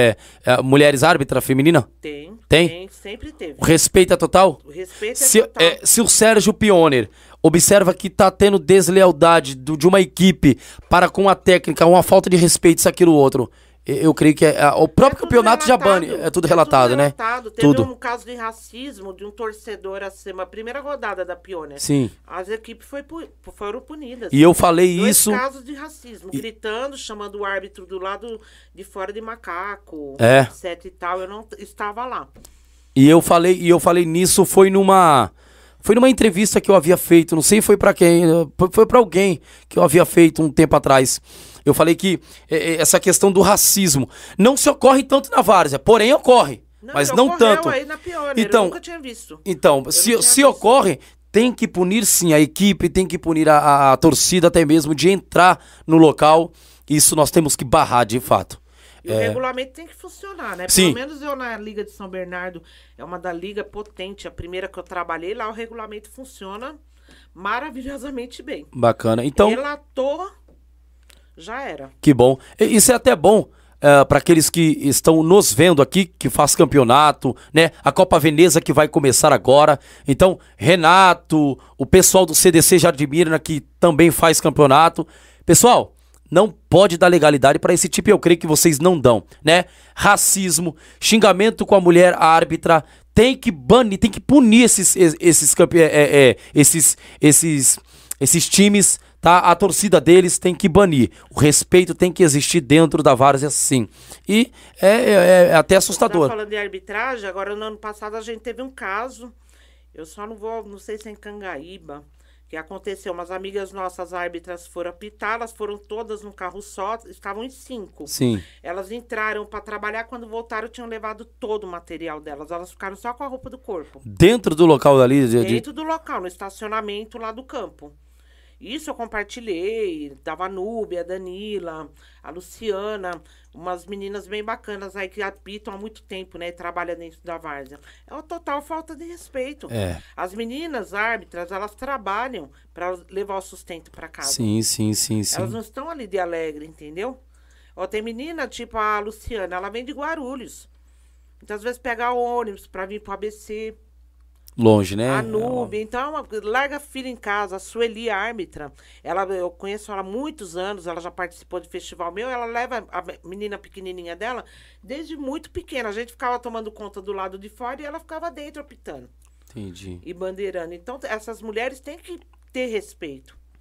mulheres árbitras feminina? Tem, sempre teve. O respeito é total? O respeito é total. Se o Sérgio Pioneer observa que tá tendo deslealdade de uma equipe para com a técnica, uma falta de respeito, isso, aquilo, outro, eu creio que o próprio campeonato já bane. É tudo relatado, né? Teve um caso de racismo de um torcedor assim, uma primeira rodada da Pioneer. Sim. As equipes foram punidas. E eu falei isso. 2 casos de racismo, gritando, chamando o árbitro do lado de fora de macaco, etc e tal. Eu não estava lá. E eu falei nisso, foi numa entrevista que eu havia feito, não sei foi pra quem, foi pra alguém que eu havia feito um tempo atrás. Eu falei que essa questão do racismo não se ocorre tanto na várzea, porém ocorre, mas não tanto. Aí na Pioneer, então, eu nunca tinha visto. Então, se ocorre, tem que punir sim a equipe, tem que punir a torcida até mesmo de entrar no local. Isso nós temos que barrar de fato. E o regulamento tem que funcionar, né? Sim. Pelo menos eu na Liga de São Bernardo, é uma da liga potente, a primeira que eu trabalhei, lá o regulamento funciona maravilhosamente bem. Bacana. Então, relatou, já era. Que bom. Isso é até bom para aqueles que estão nos vendo aqui, que faz campeonato, né? A Copa Veneza que vai começar agora. Então, Renato, o pessoal do CDC Jardim Mirna que também faz campeonato. Pessoal, não pode dar legalidade para esse tipo, eu creio que vocês não dão, né? Racismo, xingamento com a mulher árbitra, tem que banir, tem que punir esses times, tá? A torcida deles tem que banir. O respeito tem que existir dentro da várzea, sim. E é até assustador. Você tá falando de arbitragem, agora no ano passado a gente teve um caso, eu só não sei se é em Cangaíba, que aconteceu, umas amigas nossas árbitras foram apitar, elas foram todas num carro só, estavam em 5. Sim. Elas entraram para trabalhar, quando voltaram tinham levado todo o material delas, elas ficaram só com a roupa do corpo. Dentro do local dali? Dentro do local, no estacionamento lá do campo. Isso eu compartilhei, dava a Núbia, a Danila, a Luciana, umas meninas bem bacanas aí que apitam há muito tempo, né? E trabalham dentro da várzea. É uma total falta de respeito. As meninas árbitras, elas trabalham para levar o sustento para casa. Sim. Elas não estão ali de alegre, entendeu? Ó, tem menina, tipo a Luciana, ela vem de Guarulhos. Muitas vezes pega o ônibus para vir pro ABC. Longe, né? A Núbia, então, larga a filha em casa. A Sueli, a árbitra, eu conheço ela há muitos anos, ela já participou de festival meu, ela leva a menina pequenininha dela desde muito pequena. A gente ficava tomando conta do lado de fora e ela ficava dentro apitando. Entendi. E bandeirando. Então, essas mulheres têm que ter respeito.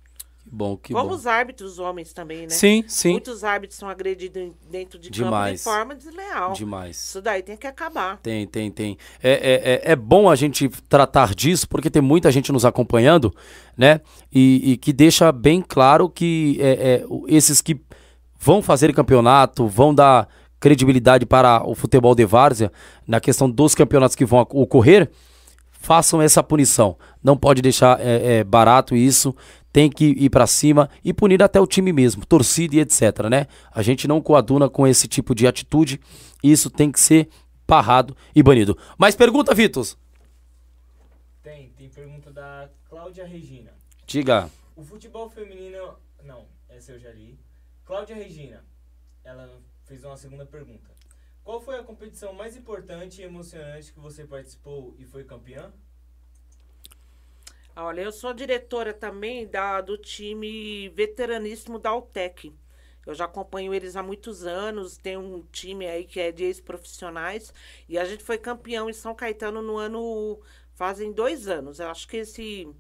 bom, que Como bom. os árbitros homens também, né? Sim, sim. Muitos árbitros são agredidos dentro de campo Demais. de forma desleal. Demais. Isso daí tem que acabar. Tem. É bom a gente tratar disso, porque tem muita gente nos acompanhando, né? E que deixa bem claro que esses que vão fazer campeonato, vão dar credibilidade para o futebol de várzea, na questão dos campeonatos que vão ocorrer, façam essa punição. Não pode deixar barato isso, tem que ir para cima e punir até o time mesmo, torcida e etc, né? A gente não coaduna com esse tipo de atitude, isso tem que ser barrado e banido. Mais pergunta, Vitor? Tem pergunta da Cláudia Regina. Diga. O futebol feminino... Não, essa eu já li. Cláudia Regina, ela fez uma segunda pergunta. Qual foi a competição mais importante e emocionante que você participou e foi campeã? Olha, eu sou diretora também do time veteraníssimo da Altec. Eu já acompanho eles há muitos anos, tem um time aí que é de ex-profissionais, e a gente foi campeão em São Caetano no ano, fazem 2 anos. Eu acho que esse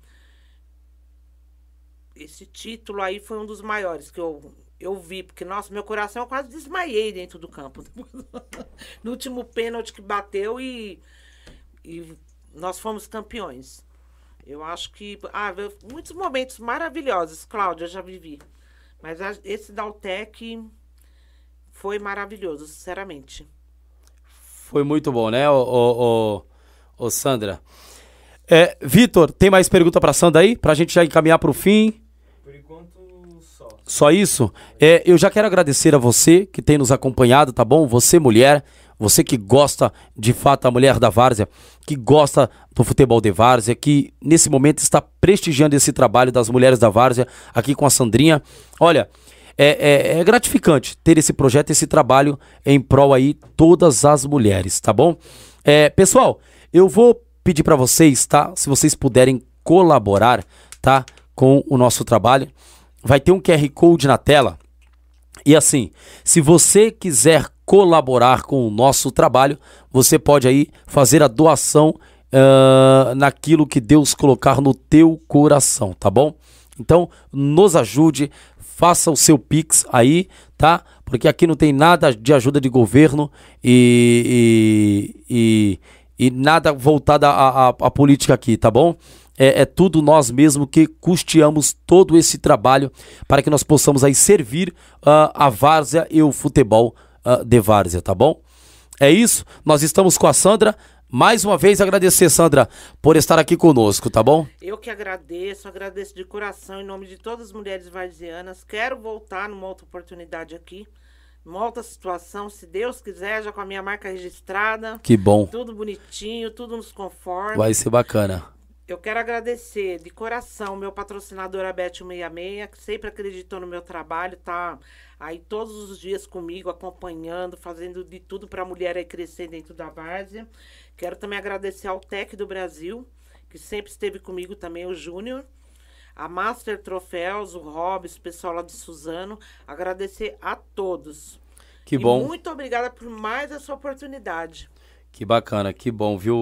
título aí foi um dos maiores que eu vi, porque, nossa, meu coração, eu quase desmaiei dentro do campo. No último pênalti que bateu e nós fomos campeões. Eu acho que... muitos momentos maravilhosos, Cláudia, eu já vivi. Mas esse da Altec foi maravilhoso, sinceramente. Foi muito bom, né, ô Sandra? Vitor, tem mais pergunta pra Sandra aí? Pra gente já encaminhar pro fim? Por enquanto, só. Só isso? Eu já quero agradecer a você que tem nos acompanhado, tá bom? Você, mulher, você que gosta, de fato, a mulher da várzea, que gosta do futebol de várzea, que nesse momento está prestigiando esse trabalho das mulheres da várzea, aqui com a Sandrinha. Olha, é gratificante ter esse projeto, esse trabalho em prol aí todas as mulheres, tá bom? Pessoal, eu vou pedir para vocês, tá? Se vocês puderem colaborar, tá? Com o nosso trabalho. Vai ter um QR Code na tela. E assim, se você quiser colaborar com o nosso trabalho, você pode aí fazer a doação naquilo que Deus colocar no teu coração, tá bom? Então, nos ajude, faça o seu Pix aí, tá? Porque aqui não tem nada de ajuda de governo e nada voltado à política aqui, tá bom? É tudo nós mesmos que custeamos todo esse trabalho para que nós possamos aí servir a várzea e o futebol de várzea, tá bom? É isso, nós estamos com a Sandra. Mais uma vez agradecer, Sandra, por estar aqui conosco, tá bom? Eu que agradeço de coração em nome de todas as mulheres varzianas. Quero voltar numa outra oportunidade aqui, numa outra situação, se Deus quiser, já com a minha marca registrada. Que bom. Tudo bonitinho, tudo nos conforme. Vai ser bacana. Eu quero agradecer de coração meu patrocinador Abete 166, que sempre acreditou no meu trabalho, tá aí todos os dias comigo, acompanhando, fazendo de tudo para a mulher aí crescer dentro da várzea. Quero também agradecer ao Tec do Brasil, que sempre esteve comigo também, o Júnior, a Master Troféus, o Robson, o pessoal lá de Suzano. Agradecer a todos. Que bom. E muito obrigada por mais essa oportunidade. Que bacana, que bom, viu,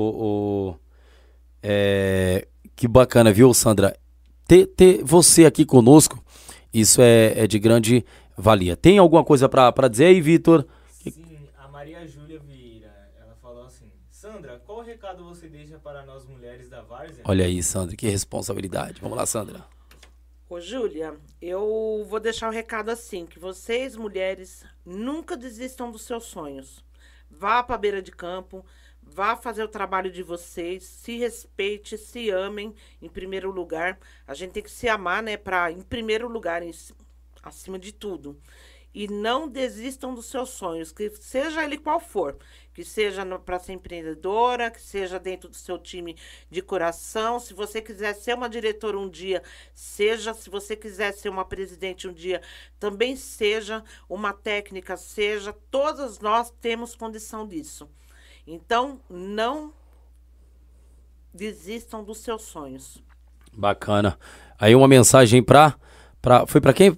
que bacana, viu, Sandra? Ter você aqui conosco, isso é de grande valia. Tem alguma coisa para dizer aí, Vitor? Sim, a Maria Júlia Vieira, ela falou assim: Sandra, qual recado você deixa para nós mulheres da várzea? Olha aí, Sandra, que responsabilidade. Vamos lá, Sandra. Ô, Júlia, eu vou deixar o recado assim, que vocês, mulheres, nunca desistam dos seus sonhos. Vá para a beira de campo, vá fazer o trabalho de vocês, se respeite, se amem em primeiro lugar. A gente tem que se amar, né, em primeiro lugar, acima de tudo. E não desistam dos seus sonhos, que seja ele qual for. Que seja para ser empreendedora, que seja dentro do seu time de coração. Se você quiser ser uma diretora um dia, seja. Se você quiser ser uma presidente um dia, também seja. Uma técnica, seja. Todas nós temos condição disso. Então, não desistam dos seus sonhos. Bacana. Aí uma mensagem foi para quem?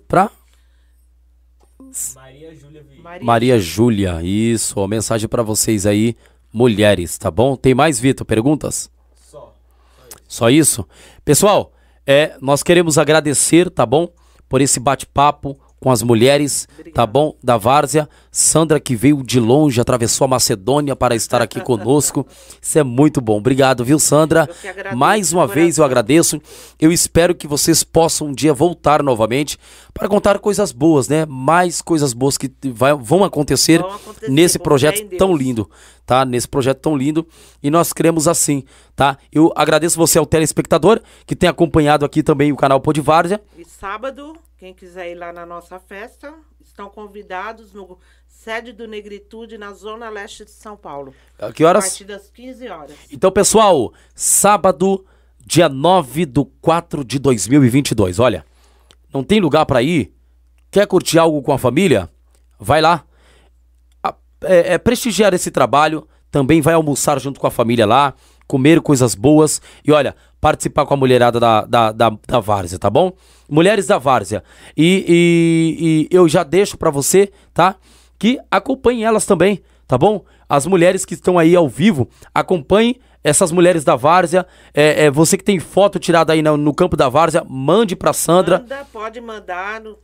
Maria Júlia Vieira. Maria Júlia, isso. Uma mensagem para vocês aí, mulheres, tá bom? Tem mais, Vitor? Perguntas? Só isso. Só isso? Pessoal, Nós queremos agradecer, tá bom? Por esse bate-papo com as mulheres, tá bom? Da Várzea. Sandra, que veio de longe, atravessou a Macedônia para estar aqui conosco. Isso é muito bom. Obrigado, viu, Sandra? Eu que agradeço, Mais uma vez eu agradeço. Eu espero que vocês possam um dia voltar novamente para contar coisas boas, né? Mais coisas boas que vão acontecer nesse projeto tão lindo, tá? Nesse projeto tão lindo. E nós queremos assim, tá? Eu agradeço você ao telespectador que tem acompanhado aqui também o canal Podvárzea. E sábado, quem quiser ir lá na nossa festa, estão convidados no sede do Negritude, na Zona Leste de São Paulo. A que horas? A partir das 15 horas. Então, pessoal, sábado, dia 9/4/2022. Olha, não tem lugar para ir? Quer curtir algo com a família? Vai lá. Prestigiar esse trabalho. Também vai almoçar junto com a família lá, comer coisas boas e, olha, participar com a mulherada da Várzea, tá bom? Mulheres da Várzea. E eu já deixo pra você, tá? Que acompanhem elas também, tá bom? As mulheres que estão aí ao vivo, acompanhem essas mulheres da Várzea. Você que tem foto tirada aí no campo da Várzea, mande pra Sandra. Pode mandar no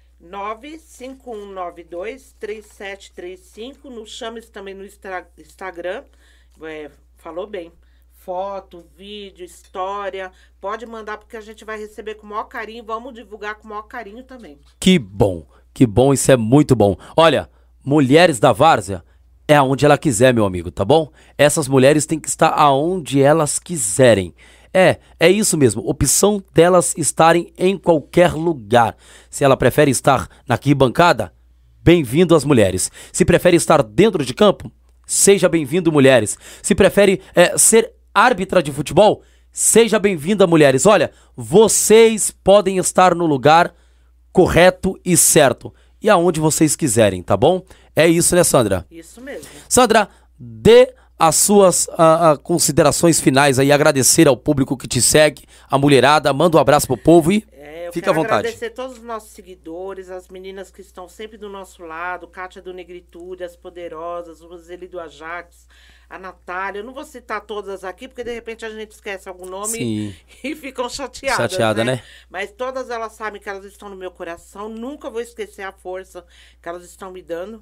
951923735. Nos chame também no Instagram. Falou bem. Foto, vídeo, história. Pode mandar porque a gente vai receber com o maior carinho. Vamos divulgar com o maior carinho também. Que bom, isso é muito bom. Olha, mulheres da Várzea é aonde ela quiser, meu amigo, tá bom? Essas mulheres têm que estar aonde elas quiserem. É isso mesmo, opção delas estarem em qualquer lugar. Se ela prefere estar na arquibancada, bem-vindo às mulheres. Se prefere estar dentro de campo, seja bem-vindo, mulheres. Se prefere ser árbitra de futebol, seja bem-vinda, mulheres. Olha, vocês podem estar no lugar correto e certo. E aonde vocês quiserem, tá bom? É isso, né, Sandra? Isso mesmo. Sandra, dê as suas considerações finais aí, agradecer ao público que te segue, a mulherada, manda um abraço pro povo e fica à vontade. Agradecer todos os nossos seguidores, as meninas que estão sempre do nosso lado, Kátia do Negritude, as Poderosas, Roseli do Ajax, a Natália. Eu não vou citar todas aqui, porque de repente a gente esquece algum nome e ficam chateadas, né? Mas todas elas sabem que elas estão no meu coração, nunca vou esquecer a força que elas estão me dando.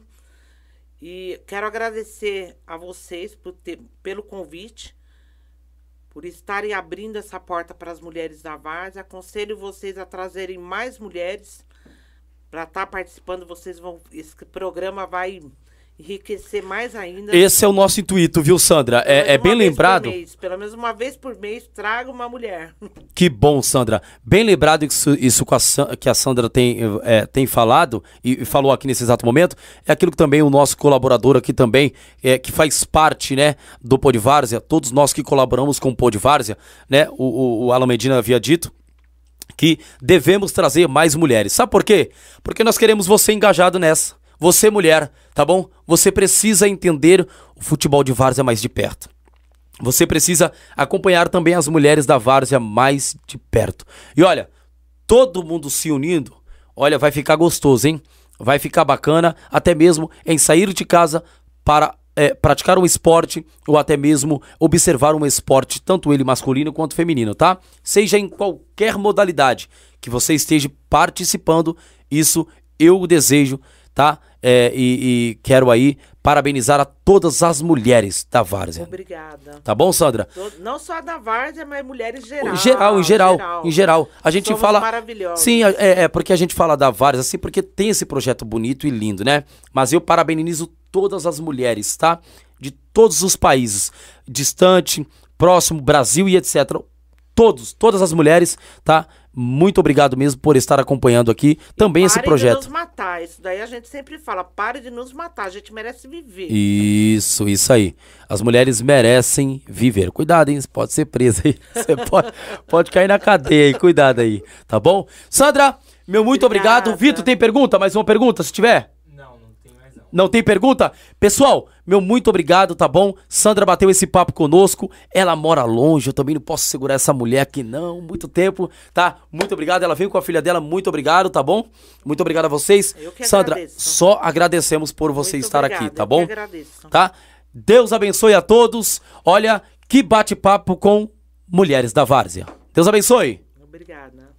E quero agradecer a vocês pelo convite, por estarem abrindo essa porta para as mulheres da Várzea. Aconselho vocês a trazerem mais mulheres para estar participando. Esse programa vai enriquecer mais ainda. Esse é o nosso intuito, viu, Sandra? É bem lembrado. Pelo menos uma vez por mês, traga uma mulher. Que bom, Sandra. Bem lembrado isso que a Sandra tem falado e falou aqui nesse exato momento. É aquilo que também o nosso colaborador aqui também, que faz parte, né, do Podvárzea, todos nós que colaboramos com o Podvárzea, né, o Alan Medina havia dito que devemos trazer mais mulheres. Sabe por quê? Porque nós queremos você engajado nessa. Você, mulher, tá bom? Você precisa entender o futebol de Várzea mais de perto. Você precisa acompanhar também as mulheres da Várzea mais de perto. E olha, todo mundo se unindo, olha, vai ficar gostoso, hein? Vai ficar bacana, até mesmo em sair de casa para praticar um esporte ou até mesmo observar um esporte, tanto ele masculino quanto feminino, tá? Seja em qualquer modalidade que você esteja participando, isso eu desejo, tá? E quero aí parabenizar a todas as mulheres da Várzea. Obrigada. Tá bom, Sandra? Não só da Várzea, mas mulheres geral. Em geral. A gente Somos fala... maravilhosos. Sim, porque a gente fala da Várzea, assim, porque tem esse projeto bonito e lindo, né? Mas eu parabenizo todas as mulheres, tá? De todos os países, distante, próximo, Brasil e etc. Todas as mulheres, tá? Muito obrigado mesmo por estar acompanhando aqui também esse projeto. Pare de nos matar, isso daí a gente sempre fala, pare de nos matar, a gente merece viver. Isso aí. As mulheres merecem viver. Cuidado, hein? Você pode ser presa aí. Você pode cair na cadeia aí, cuidado aí, tá bom? Sandra, meu muito obrigado. Vitor, tem pergunta? Mais uma pergunta, se tiver? Não tem pergunta? Pessoal, meu muito obrigado, tá bom? Sandra bateu esse papo conosco. Ela mora longe, eu também não posso segurar essa mulher aqui não, muito tempo, tá? Muito obrigado, ela veio com a filha dela, muito obrigado, tá bom? Muito obrigado a vocês. Eu que Sandra, agradeço. Só agradecemos por você Muito estar obrigada, aqui, tá eu bom? que agradeço. Tá? Deus abençoe a todos. Olha, que bate-papo com mulheres da Várzea. Deus abençoe. Obrigada.